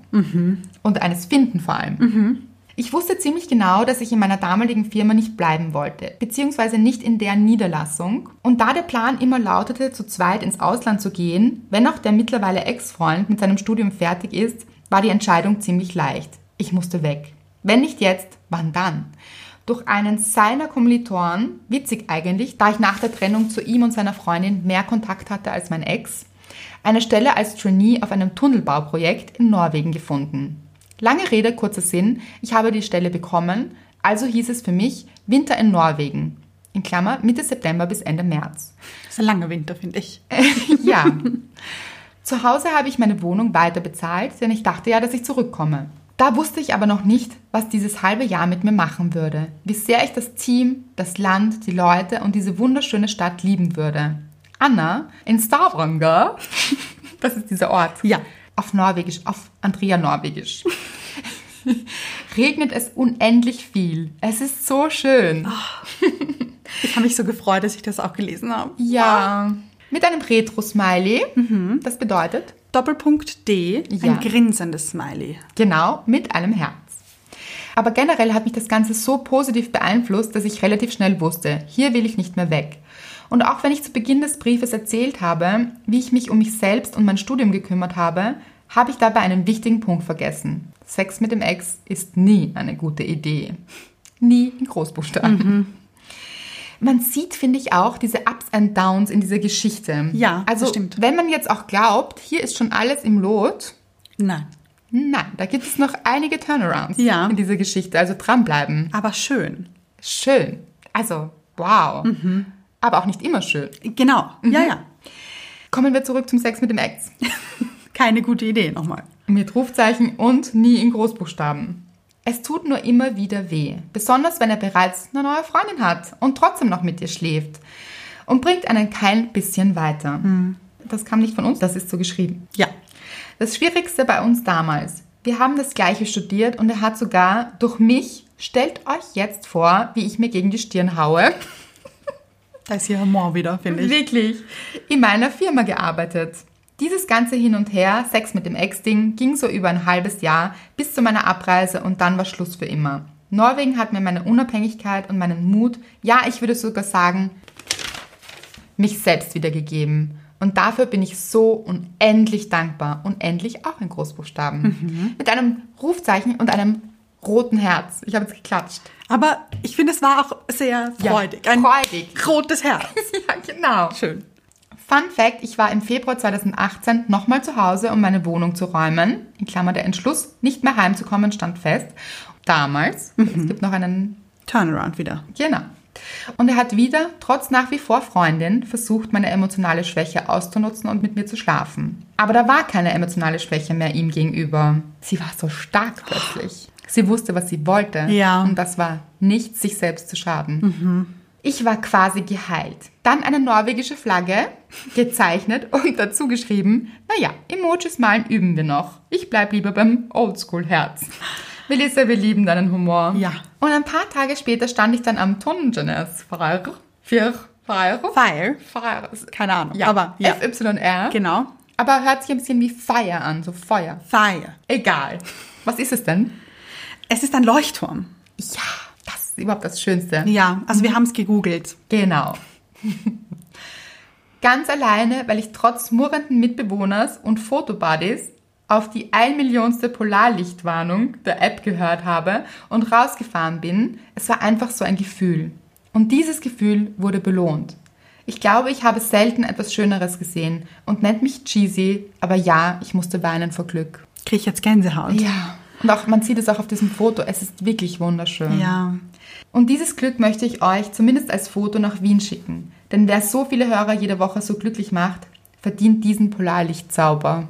Und eines finden vor allem. Ich wusste ziemlich genau, dass ich in meiner damaligen Firma nicht bleiben wollte, beziehungsweise nicht in deren Niederlassung. Und da der Plan immer lautete, zu zweit ins Ausland zu gehen, wenn auch der mittlerweile Ex-Freund mit seinem Studium fertig ist, war die Entscheidung ziemlich leicht. Ich musste weg. Wenn nicht jetzt, wann dann? Durch einen seiner Kommilitonen, witzig eigentlich, da ich nach der Trennung zu ihm und seiner Freundin mehr Kontakt hatte als mein Ex, eine Stelle als Trainee auf einem Tunnelbauprojekt in Norwegen gefunden. Lange Rede, kurzer Sinn, ich habe die Stelle bekommen, also hieß es für mich Winter in Norwegen. In Klammer Mitte September bis Ende März. Das ist ein langer Winter, finde ich. Ja. Zu Hause habe ich meine Wohnung weiter bezahlt, denn ich dachte ja, dass ich zurückkomme. Da wusste ich aber noch nicht, was dieses halbe Jahr mit mir machen würde. Wie sehr ich das Team, das Land, die Leute und diese wunderschöne Stadt lieben würde. Anna in Stavanger, das ist dieser Ort. Ja. Auf Norwegisch, auf Andrea-Norwegisch. Regnet es unendlich viel. Es ist so schön. Ich habe mich so gefreut, dass ich das auch gelesen habe. Ja. Mit einem Retro-Smiley. Das bedeutet, Doppelpunkt D, Ja. ein grinsendes Smiley. genau, mit einem Herz. Aber generell hat mich das Ganze so positiv beeinflusst, dass ich relativ schnell wusste, hier will ich nicht mehr weg. Und auch wenn ich zu Beginn des Briefes erzählt habe, wie ich mich um mich selbst und mein Studium gekümmert habe, habe ich dabei einen wichtigen Punkt vergessen. Sex mit dem Ex ist nie eine gute Idee. Nie in Großbuchstaben. Man sieht, finde ich, auch diese Ups and Downs in dieser Geschichte. Ja, also, das stimmt. wenn man jetzt auch glaubt, hier ist schon alles im Lot, Nein. nein, da gibt es noch einige Turnarounds Ja. in dieser Geschichte, also dranbleiben. Aber schön. Schön. Also, wow. Aber auch nicht immer schön. Genau, ja. Kommen wir zurück zum Sex mit dem Ex. Keine gute Idee nochmal. Mit Rufzeichen und nie in Großbuchstaben. Es tut nur immer wieder weh. Besonders, wenn er bereits eine neue Freundin hat und trotzdem noch mit ihr schläft. Und bringt einen kein bisschen weiter. Das kam nicht von uns, das ist so geschrieben. Ja. Das Schwierigste bei uns damals. Wir haben das Gleiche studiert und er hat sogar durch mich, stellt euch jetzt vor, wie ich mir gegen die Stirn haue. Da ist hier Humor wieder, finde ich. Wirklich. In meiner Firma gearbeitet. Dieses ganze Hin und Her, Sex mit dem Ex-Ding, ging so über ein halbes Jahr bis zu meiner Abreise und dann war Schluss für immer. Norwegen hat mir meine Unabhängigkeit und meinen Mut, ja, ich würde sogar sagen, mich selbst wiedergegeben. Und dafür bin ich so unendlich dankbar. Unendlich auch in Großbuchstaben. Mit einem Rufzeichen und einem roten Herz. Ich habe jetzt geklatscht. Aber ich finde, es war auch sehr freudig. Ja, freudig. Rotes Herz. Ja, genau. Schön. Fun Fact, ich war im Februar 2018 nochmal zu Hause, um meine Wohnung zu räumen. In Klammer, der Entschluss, nicht mehr heimzukommen, stand fest. Damals. Es gibt noch einen... Turnaround wieder. Genau. Und er hat wieder, trotz nach wie vor Freundin, versucht, meine emotionale Schwäche auszunutzen und mit mir zu schlafen. Aber da war keine emotionale Schwäche mehr ihm gegenüber. Sie war so stark plötzlich. Sie wusste, was sie wollte. Ja. Und das war nicht, sich selbst zu schaden. Ich war quasi geheilt. Dann eine norwegische Flagge, gezeichnet und dazu geschrieben, naja, Emojis malen üben wir noch. Ich bleib lieber beim Oldschool-Herz. Melissa, wir lieben deinen Humor. Ja. Und ein paar Tage später stand ich dann am Tungenes-Fire. Fire. Keine Ahnung. Ja, Aber ja. FYR. Genau. Aber hört sich ein bisschen wie Fire an, so Feuer. Fire. Egal. Was ist es denn? Es ist ein Leuchtturm. Ja, das ist überhaupt das Schönste. Ja, also wir haben es gegoogelt. Genau. Ganz alleine, weil ich trotz murrenden Mitbewohners und Fotobuddies auf die 1-Millionste Polarlichtwarnung der App gehört habe und rausgefahren bin. Es war einfach so ein Gefühl. Und dieses Gefühl wurde belohnt. Ich glaube, ich habe selten etwas Schöneres gesehen und nennt mich cheesy, aber ja, ich musste weinen vor Glück. Kriege ich jetzt Gänsehaut. Ja, und auch man sieht es auch auf diesem Foto. Es ist wirklich wunderschön. Ja. Und dieses Glück möchte ich euch zumindest als Foto nach Wien schicken. Denn wer so viele Hörer jede Woche so glücklich macht, verdient diesen Polarlichtzauber.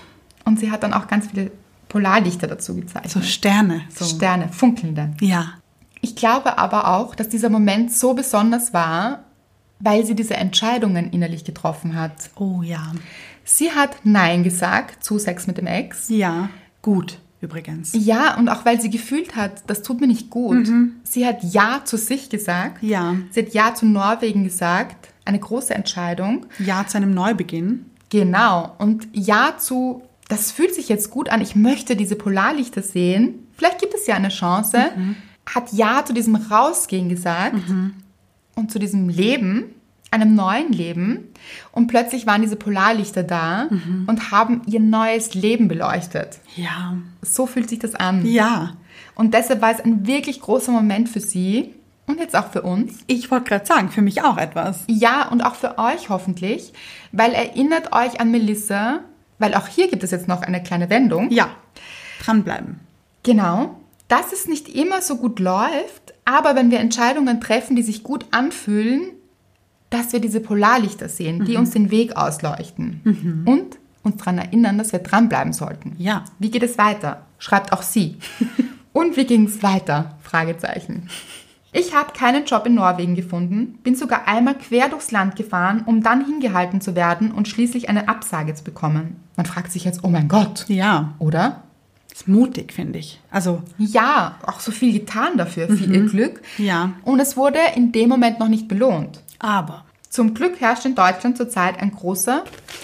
Und sie hat dann auch ganz viele Polarlichter dazu gezeichnet. So Sterne. So. Sterne, funkelnde. Ja. Ich glaube aber auch, dass dieser Moment so besonders war, weil sie diese Entscheidungen innerlich getroffen hat. Oh ja. Sie hat Nein gesagt zu Sex mit dem Ex. Ja. Gut, übrigens. Ja, und auch weil sie gefühlt hat, das tut mir nicht gut. Sie hat Ja zu sich gesagt. Ja. Sie hat Ja zu Norwegen gesagt. Eine große Entscheidung. Ja zu einem Neubeginn. Genau. Und Ja zu, das fühlt sich jetzt gut an, ich möchte diese Polarlichter sehen. Vielleicht gibt es ja eine Chance. Hat Ja zu diesem Rausgehen gesagt und zu diesem Leben, einem neuen Leben. Und plötzlich waren diese Polarlichter da und haben ihr neues Leben beleuchtet. Ja. So fühlt sich das an. Ja. Und deshalb war es ein wirklich großer Moment für sie und jetzt auch für uns. Ich wollte gerade sagen, für mich auch etwas. Ja, und auch für euch hoffentlich, weil erinnert euch an Melissa, weil auch hier gibt es jetzt noch eine kleine Wendung. Ja. Dranbleiben. Genau, dass es nicht immer so gut läuft, aber wenn wir Entscheidungen treffen, die sich gut anfühlen, dass wir diese Polarlichter sehen, die uns den Weg ausleuchten und uns daran erinnern, dass wir dranbleiben sollten. Ja. Wie geht es weiter? Schreibt auch sie. Und wie ging es weiter? Fragezeichen. Ich habe keinen Job in Norwegen gefunden, bin sogar einmal quer durchs Land gefahren, um dann hingehalten zu werden und schließlich eine Absage zu bekommen. Man fragt sich jetzt, oh mein Gott, Ja. oder? Ist mutig, finde ich. Also, Ja, auch so viel getan dafür, für ihr Glück. ja. Und es wurde in dem Moment noch nicht belohnt. Aber. Zum Glück herrscht in Deutschland zurzeit ein großer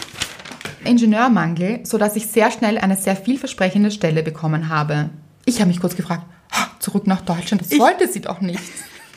Ingenieurmangel, sodass ich sehr schnell eine sehr vielversprechende Stelle bekommen habe. Ich habe mich kurz gefragt, zurück nach Deutschland, das wollte sie doch nicht.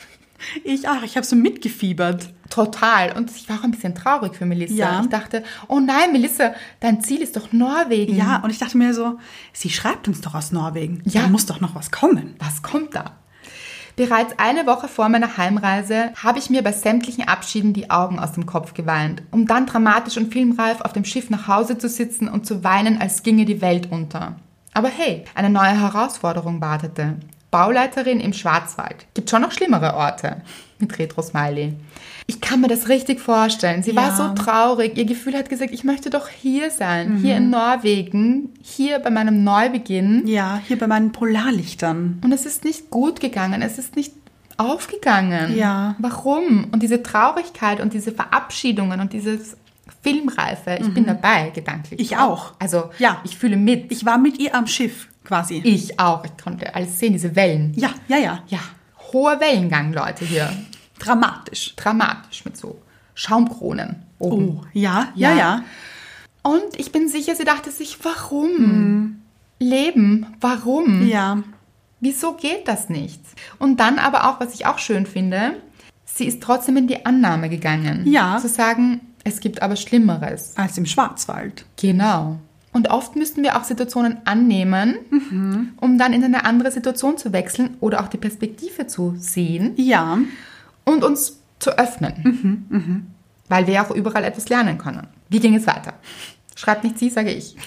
Ich habe so mitgefiebert. Total. Und ich war auch ein bisschen traurig für Melissa. Ja. Ich dachte, oh nein, Melissa, dein Ziel ist doch Norwegen. Ja, und ich dachte mir so, sie schreibt uns doch aus Norwegen. Ja. Da muss doch noch was kommen. Was kommt da? Bereits eine Woche vor meiner Heimreise habe ich mir bei sämtlichen Abschieden die Augen aus dem Kopf geweint, um dann dramatisch und filmreif auf dem Schiff nach Hause zu sitzen und zu weinen, als ginge die Welt unter. Aber hey, eine neue Herausforderung wartete. Bauleiterin im Schwarzwald. Gibt schon noch schlimmere Orte mit Retro-Smiley. Ich kann mir das richtig vorstellen. Sie war so traurig. Ihr Gefühl hat gesagt, ich möchte doch hier sein. Hier in Norwegen. Hier bei meinem Neubeginn. Ja, hier bei meinen Polarlichtern. Und es ist nicht gut gegangen. Es ist nicht aufgegangen. Ja. Warum? Und diese Traurigkeit und diese Verabschiedungen und dieses Filmreife. Ich bin dabei, gedanklich. Ich auch. Also, Ja. ich fühle mit. Ich war mit ihr am Schiff quasi. Ich auch. Ich konnte alles sehen, diese Wellen. Ja. Ja, hoher Wellengang, Leute, hier. Dramatisch. Dramatisch mit so Schaumkronen oben. Oh, ja. Und ich bin sicher, sie dachte sich, warum? Leben, warum? Ja. Wieso geht das nicht? Und dann aber auch, was ich auch schön finde, sie ist trotzdem in die Annahme gegangen. Ja. Zu sagen, es gibt aber Schlimmeres. Als im Schwarzwald. Genau. Und oft müssten wir auch Situationen annehmen, um dann in eine andere Situation zu wechseln oder auch die Perspektive zu sehen Ja. und uns zu öffnen. Weil wir ja auch überall etwas lernen können. Wie ging es weiter? Schreibt nicht sie, sage ich.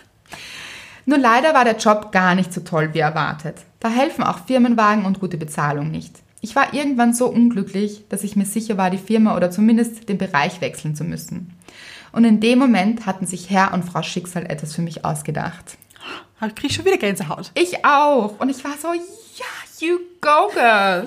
Nur leider war der Job gar nicht so toll wie erwartet. Da helfen auch Firmenwagen und gute Bezahlung nicht. Ich war irgendwann so unglücklich, dass ich mir sicher war, die Firma oder zumindest den Bereich wechseln zu müssen. Und in dem Moment hatten sich Herr und Frau Schicksal etwas für mich ausgedacht. Ich krieg schon wieder Gänsehaut. Ich auch. Und ich war so, ja, you go, girl.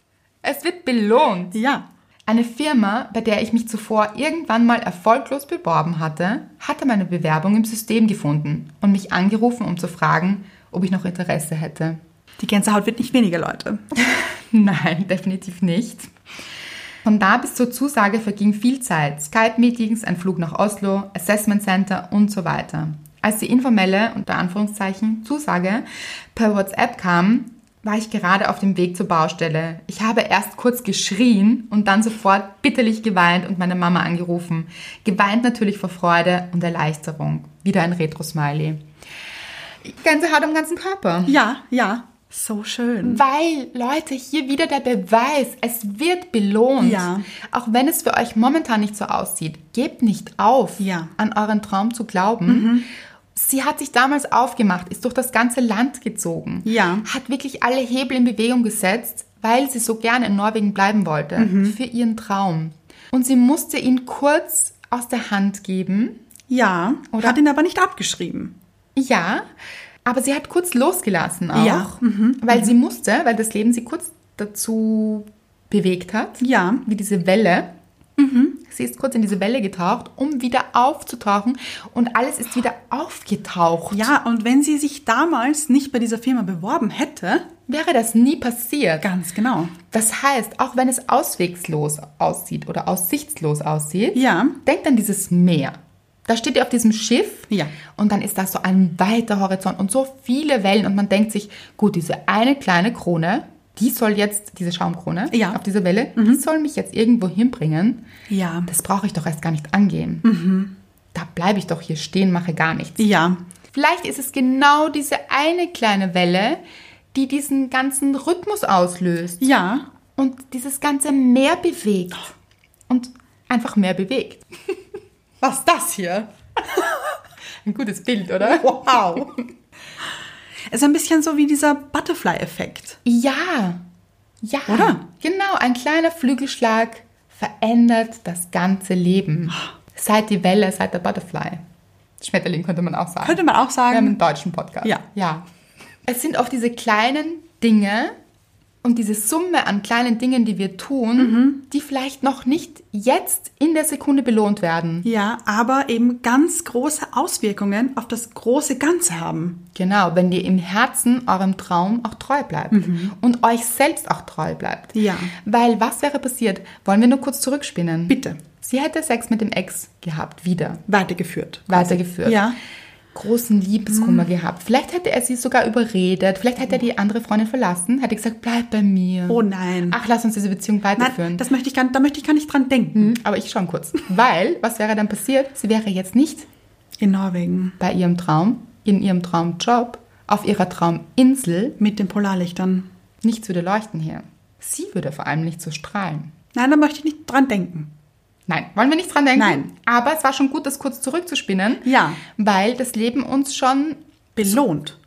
Es wird belohnt. Ja. Eine Firma, bei der ich mich zuvor irgendwann mal erfolglos beworben hatte, hatte meine Bewerbung im System gefunden und mich angerufen, um zu fragen, ob ich noch Interesse hätte. Die Gänsehaut wird nicht weniger, Leute. Nein, definitiv nicht. Von da bis zur Zusage verging viel Zeit. Skype-Meetings, ein Flug nach Oslo, Assessment Center und so weiter. Als die informelle, unter Anführungszeichen, Zusage per WhatsApp kam, war ich gerade auf dem Weg zur Baustelle. Ich habe erst kurz geschrien und dann sofort bitterlich geweint und meine Mama angerufen. Geweint natürlich vor Freude und Erleichterung. Wieder ein Retro-Smiley. Gänsehaut am ganzen Körper. Ja. So schön. Weil, Leute, hier wieder der Beweis, es wird belohnt. Ja. Auch wenn es für euch momentan nicht so aussieht, gebt nicht auf, Ja. an euren Traum zu glauben. Sie hat sich damals aufgemacht, ist durch das ganze Land gezogen, Ja. hat wirklich alle Hebel in Bewegung gesetzt, weil sie so gerne in Norwegen bleiben wollte, für ihren Traum. Und sie musste ihn kurz aus der Hand geben. Ja. Oder? Hat ihn aber nicht abgeschrieben. Ja, aber sie hat kurz losgelassen auch, Ja. weil sie musste, weil das Leben sie kurz dazu bewegt hat, Ja. wie diese Welle. Sie ist kurz in diese Welle getaucht, um wieder aufzutauchen und alles ist wieder aufgetaucht. Ja, und wenn sie sich damals nicht bei dieser Firma beworben hätte, Wäre das nie passiert. ganz genau. Das heißt, auch wenn es auswegslos aussieht oder aussichtslos aussieht, Ja. denkt an dieses Meer. Da steht ihr auf diesem Schiff Ja. und dann ist da so ein weiter Horizont und so viele Wellen und man denkt sich, gut, diese eine kleine Krone, die soll jetzt, diese Schaumkrone Ja. auf dieser Welle, die soll mich jetzt irgendwo hinbringen. Ja. Das brauche ich doch erst gar nicht angehen. Da bleibe ich doch hier stehen, mache gar nichts. Ja. Vielleicht ist es genau diese eine kleine Welle, die diesen ganzen Rhythmus auslöst Ja. und dieses ganze Meer bewegt und einfach mehr bewegt. Was ist das hier? Ein gutes Bild, oder? Wow. Es ist ein bisschen so wie dieser Butterfly-Effekt. Ja, ja. Oder? Genau, ein kleiner Flügelschlag verändert das ganze Leben. Seit die Welle, seit der Butterfly. Schmetterling könnte man auch sagen. Könnte man auch Wir haben sagen. einen deutschen Podcast. Ja. Ja. Es sind oft diese kleinen Dinge und diese Summe an kleinen Dingen, die wir tun, die vielleicht noch nicht jetzt in der Sekunde belohnt werden. Ja, aber eben ganz große Auswirkungen auf das große Ganze haben. Genau, wenn ihr im Herzen eurem Traum auch treu bleibt und euch selbst auch treu bleibt. Ja. Weil was wäre passiert? Wollen wir nur kurz zurückspinnen? Bitte. Sie hätte Sex mit dem Ex gehabt, wieder. Weitergeführt. Weitergeführt. Ja. Großen Liebeskummer gehabt. Vielleicht hätte er sie sogar überredet. Vielleicht hätte er die andere Freundin verlassen. Hätte gesagt, bleib bei mir. Oh nein. Ach, lass uns diese Beziehung weiterführen. Nein, da möchte ich gar nicht dran denken. Aber ich schon kurz. Weil, was wäre dann passiert? Sie wäre jetzt nicht In Norwegen. bei ihrem Traum, in ihrem Traumjob, auf ihrer Trauminsel. Mit den Polarlichtern. Nichts würde leuchten hier. Sie würde vor allem nicht so strahlen. Nein, da möchte ich nicht dran denken. Nein, wollen wir nicht dran denken? Nein. Aber es war schon gut, das kurz zurückzuspinnen. Ja. Weil das Leben uns schon Belohnt.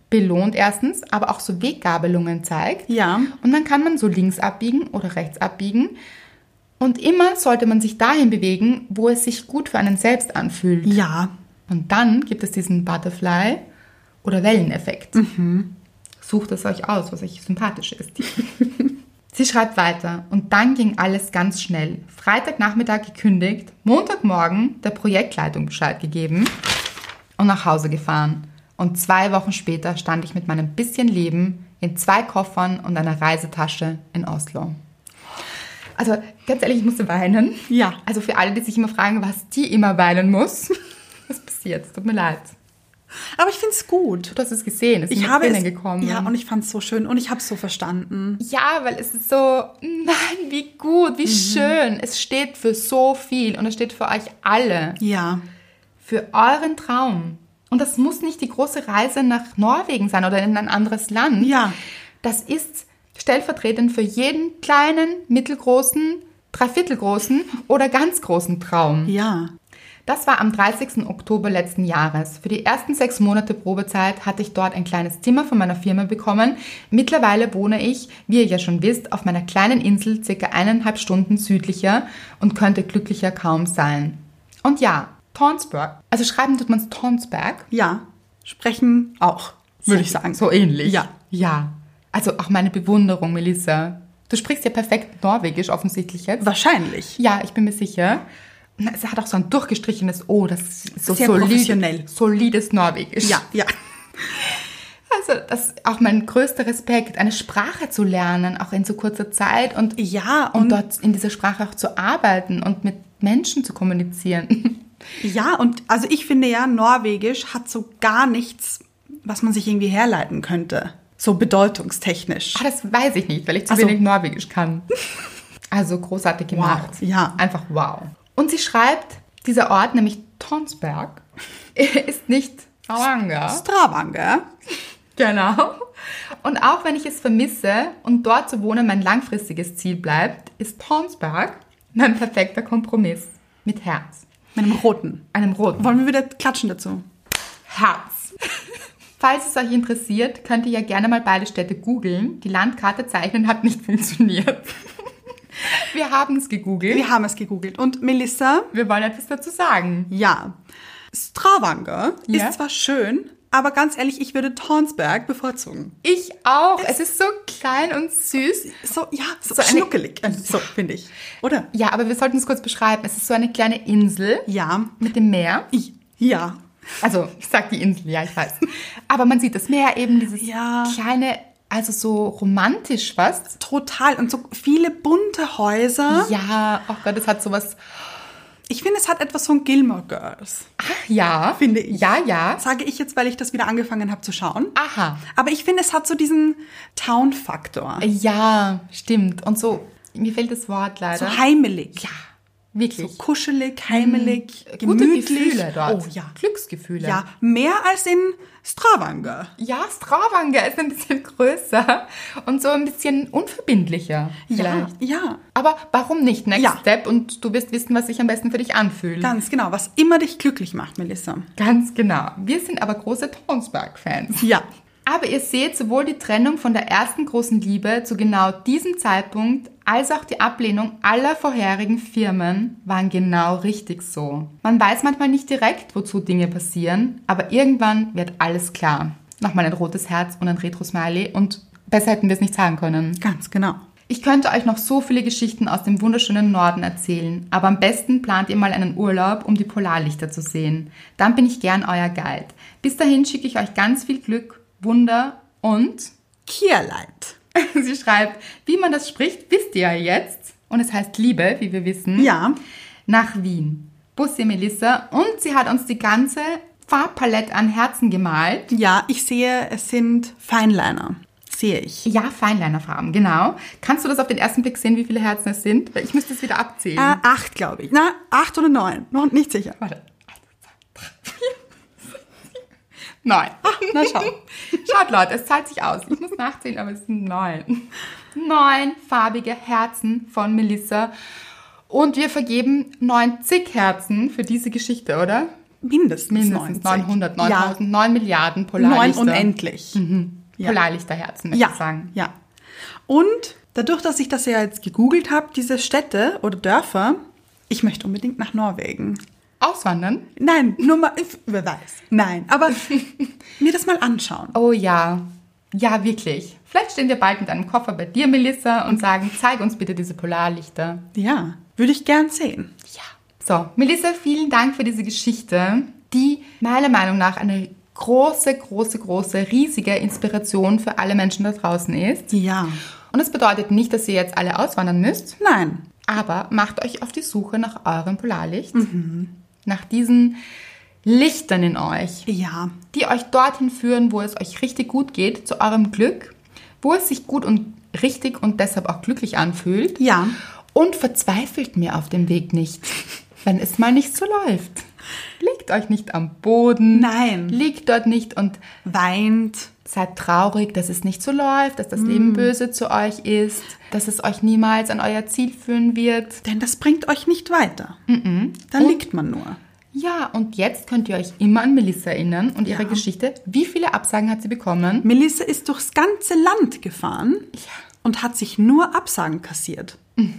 belohnt erstens, aber auch so Weggabelungen zeigt. Ja. Und dann kann man so links abbiegen oder rechts abbiegen. Und immer sollte man sich dahin bewegen, wo es sich gut für einen selbst anfühlt. Ja. Und dann gibt es diesen Butterfly- oder Welleneffekt. Sucht es euch aus, was euch sympathisch ist. Sie schreibt weiter. Und dann ging alles ganz schnell. Freitagnachmittag gekündigt, Montagmorgen der Projektleitung Bescheid gegeben und nach Hause gefahren. Und 2 Wochen später stand ich mit meinem bisschen Leben in 2 Koffern und einer Reisetasche in Oslo. Also ganz ehrlich, ich musste weinen. Ja. Also für alle, die sich immer fragen, was die immer weinen muss. Was passiert? Es tut mir leid. Aber ich finde es gut. Du hast es gesehen, es ist Ich mit habe Tränen es gekommen. Ja, und ich fand es so schön und ich habe es so verstanden. Ja, weil es ist so, nein, wie gut, wie schön. Es steht für so viel und es steht für euch alle. Ja. Für euren Traum. Und das muss nicht die große Reise nach Norwegen sein oder in ein anderes Land. Ja. Das ist stellvertretend für jeden kleinen, mittelgroßen, dreiviertelgroßen oder ganz großen Traum. Ja. Das war am 30. Oktober letzten Jahres. Für die ersten 6 Monate Probezeit hatte ich dort ein kleines Zimmer von meiner Firma bekommen. Mittlerweile wohne ich, wie ihr ja schon wisst, auf meiner kleinen Insel circa 1,5 Stunden südlicher und könnte glücklicher kaum sein. Und ja, Tonsberg, also schreiben tut man es Tonsberg. Ja. Sprechen auch, würde ich sagen. So ähnlich. Ja. Ja. Also auch meine Bewunderung, Melissa. Du sprichst ja perfekt Norwegisch offensichtlich jetzt. Wahrscheinlich. Ja, ich bin mir sicher. Es hat auch so ein durchgestrichenes O, das ist so Sehr professionell. Solides Norwegisch. Ja, ja. Also das ist auch mein größter Respekt, eine Sprache zu lernen, auch in so kurzer Zeit und Ja, und dort in dieser Sprache auch zu arbeiten und mit Menschen zu kommunizieren. Ja, und also ich finde ja, Norwegisch hat so gar nichts, was man sich irgendwie herleiten könnte. So bedeutungstechnisch. Das weiß ich nicht, weil ich zu Also- wenig Norwegisch kann. Also großartig gemacht. ja. Einfach wow. Und sie schreibt, dieser Ort, nämlich Tonsberg, ist nicht Stavanger. Stavanger. Genau. Und auch wenn ich es vermisse und dort zu wohnen mein langfristiges Ziel bleibt, ist Tonsberg mein perfekter Kompromiss. Mit Herz. Mit einem roten. Einem roten Wollen wir wieder klatschen dazu? Herz. Falls es euch interessiert, könnt ihr ja gerne mal beide Städte googeln. Die Landkarte zeichnen hat nicht funktioniert. Wir haben es gegoogelt. Wir haben es gegoogelt. Und Melissa, Wir wollen etwas dazu sagen. ja, Stavanger Ja. ist zwar schön, aber ganz ehrlich, ich würde Tonsberg bevorzugen. Ich auch. Es ist so klein und süß. So, ja, so, So eine- schnuckelig. So, finde ich. Oder? Ja, aber wir sollten es kurz beschreiben. Es ist so eine kleine Insel Ja. mit dem Meer. Ja. Also, ich sag die Insel, ja, ich weiß. Aber man sieht das Meer eben, dieses Ja. kleine, also so romantisch fast. Total. Und so viele bunte Häuser. Ja, oh Gott, es hat sowas. Ich finde, es hat etwas von Gilmore Girls. Ach ja. Finde ich. Ja, ja. Sage ich jetzt, weil ich das wieder angefangen habe zu schauen. Aha. Aber ich finde, es hat so diesen Town-Faktor. Ja, stimmt. Und so, mir fehlt das Wort leider. So heimelig. Ja, wirklich. So kuschelig, heimelig, Gute gemütlich. Gefühle dort. Oh ja. Glücksgefühle. Ja, mehr als in Stavanger. Ja, Stavanger ist ein bisschen größer und so ein bisschen unverbindlicher Ja, vielleicht. ja. Aber warum nicht? Next Ja. Step und du wirst wissen, was sich am besten für dich anfühlt. Ganz genau, was immer dich glücklich macht, Melissa. Ganz genau. Wir sind aber große Tonsberg-Fans. Ja. Aber ihr seht, sowohl die Trennung von der ersten großen Liebe zu genau diesem Zeitpunkt als auch die Ablehnung aller vorherigen Firmen waren genau richtig so. Man weiß manchmal nicht direkt, wozu Dinge passieren, aber irgendwann wird alles klar. Nochmal ein rotes Herz und ein Retro-Smiley und besser hätten wir es nicht sagen können. Ganz genau. Ich könnte euch noch so viele Geschichten aus dem wunderschönen Norden erzählen, aber am besten plant ihr mal einen Urlaub, um die Polarlichter zu sehen. Dann bin ich gern euer Guide. Bis dahin schicke ich euch ganz viel Glück, Wunder und... Kierleit. Sie schreibt, wie man das spricht, wisst ihr ja jetzt. Und es heißt Liebe, wie wir wissen. Ja. Nach Wien. Bussi Melissa. Und sie hat uns die ganze Farbpalette an Herzen gemalt. Ja, ich sehe, es sind Feinliner. Sehe ich. Ja, Feinlinerfarben, genau. Kannst du das auf den ersten Blick sehen, wie viele Herzen es sind? Weil ich müsste es wieder abzählen. 8, glaube ich. Na, 8 oder 9. Noch nicht sicher. Warte. 1, 2, 3, 4, 5, 6, 7, 9. Na schau. Schaut Leute, es zahlt sich aus. Ich muss nachzählen, aber es sind 9. 9 farbige Herzen von Melissa. Und wir vergeben 90 Herzen für diese Geschichte, oder? mindestens 900, 90. 9000, 9 Milliarden Polarlichter. 9 unendlich. Ja. Polarlichterherzen, möchte ich sagen. Ja. Und dadurch, dass ich das ja jetzt gegoogelt habe, diese Städte oder Dörfer, ich möchte unbedingt nach Norwegen. Auswandern? Nein, nur mal, wer weiß. Nein, aber mir das mal anschauen. Oh ja. Ja, wirklich. Vielleicht stehen wir bald mit einem Koffer bei dir, Melissa, und sagen, zeig uns bitte diese Polarlichter. Ja, würde ich gern sehen. Ja. So, Melissa, vielen Dank für diese Geschichte, die meiner Meinung nach eine große, riesige Inspiration für alle Menschen da draußen ist. Ja. Und das bedeutet nicht, dass ihr jetzt alle auswandern müsst, Nein. aber macht euch auf die Suche nach eurem Polarlicht, nach diesen Lichtern in euch, Ja. die euch dorthin führen, wo es euch richtig gut geht, zu eurem Glück, wo es sich gut und richtig und deshalb auch glücklich anfühlt. Ja. Und verzweifelt mir auf dem Weg nicht, wenn es mal nicht so läuft. Legt euch nicht am Boden. Nein. Liegt dort nicht und Weint. seid traurig, dass es nicht so läuft, dass das Leben böse zu euch ist, dass es euch niemals an euer Ziel führen wird. Denn das bringt euch nicht weiter. Dann liegt man nur. Ja, und jetzt könnt ihr euch immer an Melissa erinnern und ihre Ja. Geschichte. Wie viele Absagen hat sie bekommen? Melissa ist durchs ganze Land gefahren und hat sich nur Absagen kassiert.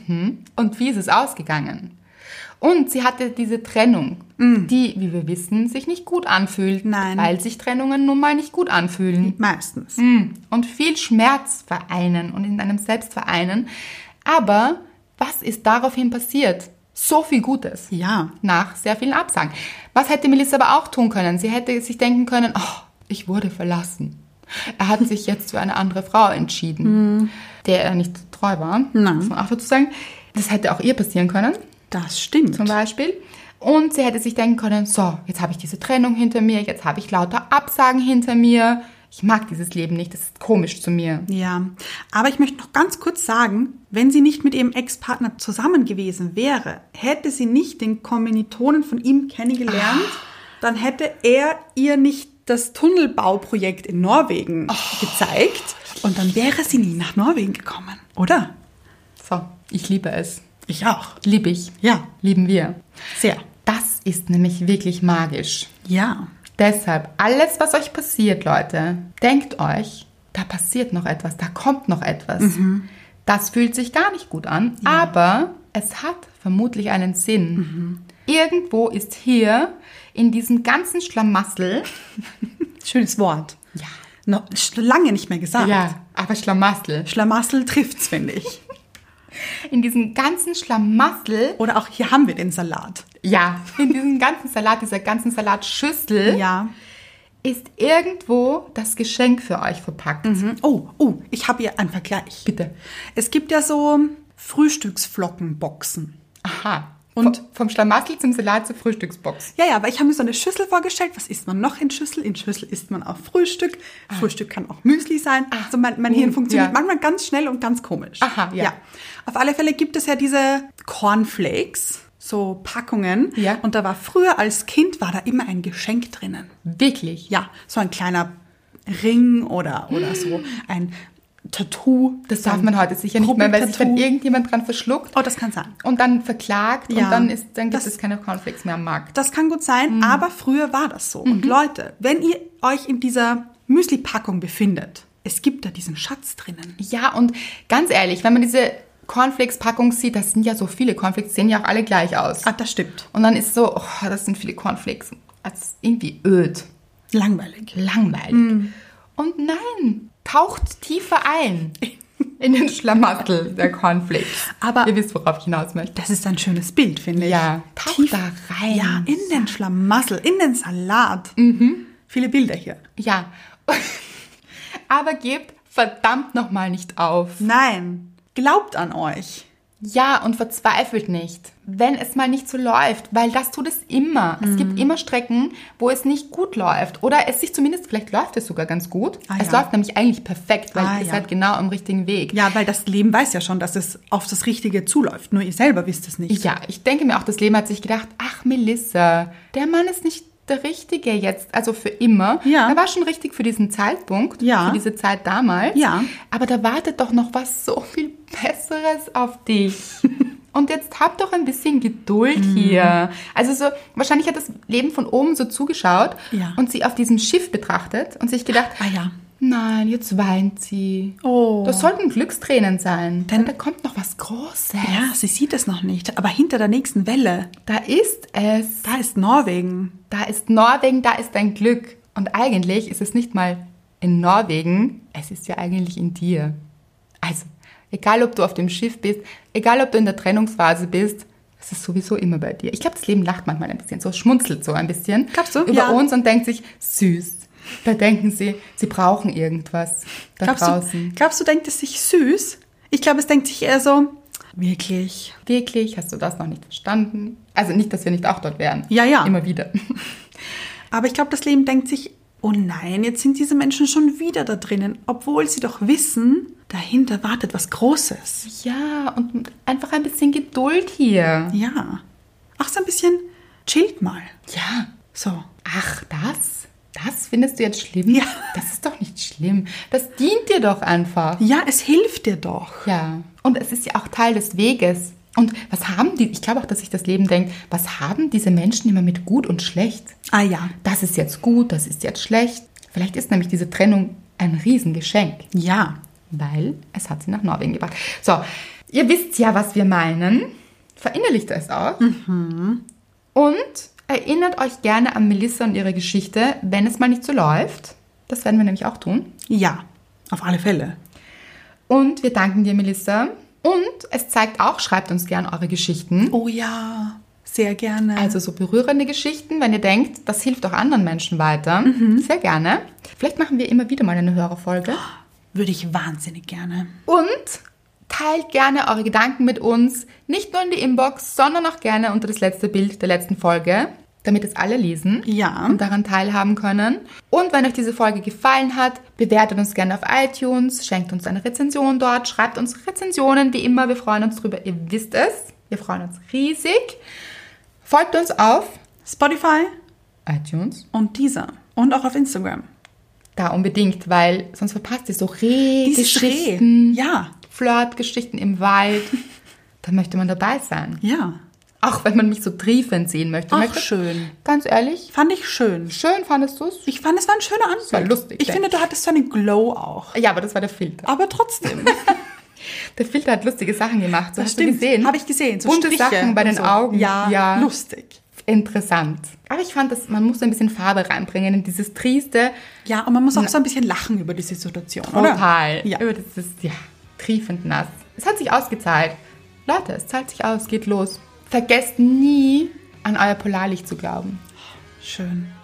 Und wie ist es ausgegangen? Und sie hatte diese Trennung, die, wie wir wissen, sich nicht gut anfühlt. Nein. Weil sich Trennungen nun mal nicht gut anfühlen. Meistens. Und viel Schmerz vereinen und in einem selbst vereinen. Aber was ist daraufhin passiert? So viel Gutes. Ja. Nach sehr vielen Absagen. Was hätte Melissa aber auch tun können? Sie hätte sich denken können, oh, ich wurde verlassen. Er hat sich jetzt für eine andere Frau entschieden, der er nicht treu war. Nein. Muss man auch dazu sagen. Das hätte auch ihr passieren können, Das stimmt. zum Beispiel. Und sie hätte sich denken können, so, jetzt habe ich diese Trennung hinter mir, jetzt habe ich lauter Absagen hinter mir. Ich mag dieses Leben nicht, das ist komisch zu mir. Ja, aber ich möchte noch ganz kurz sagen, wenn sie nicht mit ihrem Ex-Partner zusammen gewesen wäre, hätte sie nicht den Kommilitonen von ihm kennengelernt, dann hätte er ihr nicht das Tunnelbauprojekt in Norwegen gezeigt und dann wäre sie nie nach Norwegen gekommen, oder? So, ich liebe es. Ich auch. Liebe ich. Ja, Lieben wir. sehr. Das ist nämlich wirklich magisch. Ja, Deshalb, alles, was euch passiert, Leute, denkt euch, da passiert noch etwas, da kommt noch etwas. Das fühlt sich gar nicht gut an, aber es hat vermutlich einen Sinn. Irgendwo ist hier in diesem ganzen Schlamassel, schönes Wort. ja, Noch lange nicht mehr gesagt. ja, aber Schlamassel, Schlamassel trifft's, finde ich. in diesem ganzen Schlamassel, Oder auch hier haben wir den Salat. ja, in diesem ganzen Salat, dieser ganzen Salatschüssel, Ja. ist irgendwo das Geschenk für euch verpackt. Oh, ich habe hier einen Vergleich. Bitte. Es gibt ja so Frühstücksflockenboxen. Aha. Und- vom Schlamassel zum Salat zur Frühstücksbox. Ja, aber ich habe mir so eine Schüssel vorgestellt. Was isst man noch in Schüssel? In Schüssel isst man auch Frühstück. Frühstück kann auch Müsli sein. Also mein Hirn funktioniert ja. manchmal ganz schnell und ganz komisch. Aha, ja. Auf alle Fälle gibt es ja diese Cornflakes, so Packungen. Ja. Und da war früher als Kind, war da immer ein Geschenk drinnen. Wirklich? Ja, so ein kleiner Ring oder so ein Tattoo. Das darf man heute sicher nicht mehr, weil sich dann Tattoo. irgendjemand dran verschluckt Oh, das kann sein. und dann verklagt Ja. und dann gibt Das- es keine Cornflakes mehr am Markt. Das kann gut sein, aber früher war das so. Und Leute, wenn ihr euch in dieser Müsli-Packung befindet, es gibt da diesen Schatz drinnen. Ja, und ganz ehrlich, wenn man diese Cornflakes-Packung sieht, das sind ja so viele Cornflakes, sehen ja auch alle gleich aus. Ah, das stimmt. Und dann ist so, oh, das sind viele Cornflakes. Das ist irgendwie öd, Langweilig. langweilig. Und nein, taucht tiefer ein in den Schlamassel der Cornflakes. Aber- ihr wisst, worauf ich hinaus möchte. Das ist ein schönes Bild, finde ich. Ja, taucht da rein. Ja, in den Schlamassel, in den Salat. Viele Bilder hier. Ja, aber gebt verdammt nochmal nicht auf. Nein, glaubt an euch. Ja, und verzweifelt nicht, wenn es mal nicht so läuft, weil das tut es immer. Es gibt immer Strecken, wo es nicht gut läuft. Oder es sich zumindest, vielleicht läuft es sogar ganz gut. Ah, Es ja. läuft nämlich eigentlich perfekt, weil ihr ja. seid genau am richtigen Weg. Ja, weil das Leben weiß ja schon, dass es auf das Richtige zuläuft. Nur ihr selber wisst es nicht. Ja, ich denke mir auch, das Leben hat sich gedacht, ach Melissa, der Mann ist nicht der Richtige jetzt, also für immer. Ja. Er war schon richtig für diesen Zeitpunkt, Ja. für diese Zeit damals. Ja. Aber da wartet doch noch was so viel Besseres auf dich. Und jetzt habt doch ein bisschen Geduld hier. Also so, wahrscheinlich hat das Leben von oben so zugeschaut Ja. und sie auf diesem Schiff betrachtet und sich gedacht, Ah ja. nein, jetzt weint sie. Oh. Das sollten Glückstränen sein, Denn- denn da kommt noch was Großes. Ja, sie sieht es noch nicht. Aber hinter der nächsten Welle, Da ist es. da ist Norwegen. Da ist Norwegen, da ist dein Glück. Und eigentlich ist es nicht mal in Norwegen, es ist ja eigentlich in dir. Also, egal ob du auf dem Schiff bist, egal ob du in der Trennungsphase bist, es ist sowieso immer bei dir. Ich glaube, das Leben lacht manchmal ein bisschen, so schmunzelt so ein bisschen Glaubst du? über Ja. uns und denkt sich, süß. Da denken sie brauchen irgendwas da draußen. Glaubst du, denkt es sich süß? Ich glaube, es denkt sich eher so, wirklich. Wirklich, hast du das noch nicht verstanden? Also nicht, dass wir nicht auch dort wären. Ja, ja. Immer wieder. Aber ich glaube, das Leben denkt sich, oh nein, jetzt sind diese Menschen schon wieder da drinnen, obwohl sie doch wissen, dahinter wartet was Großes. Ja, und einfach ein bisschen Geduld hier. Ja. Ach, so ein bisschen chillt mal. Ja. So. Ach, das findest du jetzt schlimm? Ja. Das ist doch nicht schlimm. Das dient dir doch einfach. Ja, es hilft dir doch. Ja. Und es ist ja auch Teil des Weges. Und was haben die, ich glaube auch, dass sich das Leben denkt, was haben diese Menschen immer mit gut und schlecht? Ah ja. Das ist jetzt gut, das ist jetzt schlecht. Vielleicht ist nämlich diese Trennung ein Riesengeschenk, Ja. weil es hat sie nach Norwegen gebracht. So, ihr wisst ja, was wir meinen. Verinnerlicht es auch. Und erinnert euch gerne an Melissa und ihre Geschichte, wenn es mal nicht so läuft. Das werden wir nämlich auch tun. Ja, auf alle Fälle. Und wir danken dir, Melissa. Und es zeigt auch, schreibt uns gern eure Geschichten. Oh ja, sehr gerne. Also so berührende Geschichten, wenn ihr denkt, das hilft auch anderen Menschen weiter. Sehr gerne. Vielleicht machen wir immer wieder mal eine Hörerfolge. Würde ich wahnsinnig gerne. Und teilt gerne eure Gedanken mit uns. Nicht nur in die Inbox, sondern auch gerne unter das letzte Bild der letzten Folge, damit es alle lesen Ja. und daran teilhaben können. Und wenn euch diese Folge gefallen hat, bewertet uns gerne auf iTunes, schenkt uns eine Rezension dort, schreibt uns Rezensionen, wie immer. Wir freuen uns drüber, ihr wisst es. Wir freuen uns riesig. Folgt uns auf Spotify iTunes. und dieser. Und auch auf Instagram. Da unbedingt, weil sonst verpasst ihr so Dieses Reh-Geschichten, Ja. Flirtgeschichten im Wald. Da möchte man dabei sein. Ja. Auch wenn man mich so triefend sehen möchte. Ach, möchte. schön. Ganz ehrlich, Fand ich schön. schön fandest du es? Ich fand, es war ein schöner Anblick. war lustig, Ich denke finde, du hattest so einen Glow auch. Ja, aber das war der Filter. Aber trotzdem. Der Filter hat lustige Sachen gemacht. So, Das hast du gesehen? Habe ich gesehen. So Bunte Striche Sachen bei und den so. Augen. Ja, lustig. Interessant. Aber ich fand, man muss ein bisschen Farbe reinbringen in dieses Trieste. Ja, und man muss auch so ein bisschen lachen über diese Situation, oder? Total. Ja. Über dieses, triefend nass. Es hat sich ausgezahlt. Leute, es zahlt sich aus. Geht los. Vergesst nie, an euer Polarlicht zu glauben. Schön.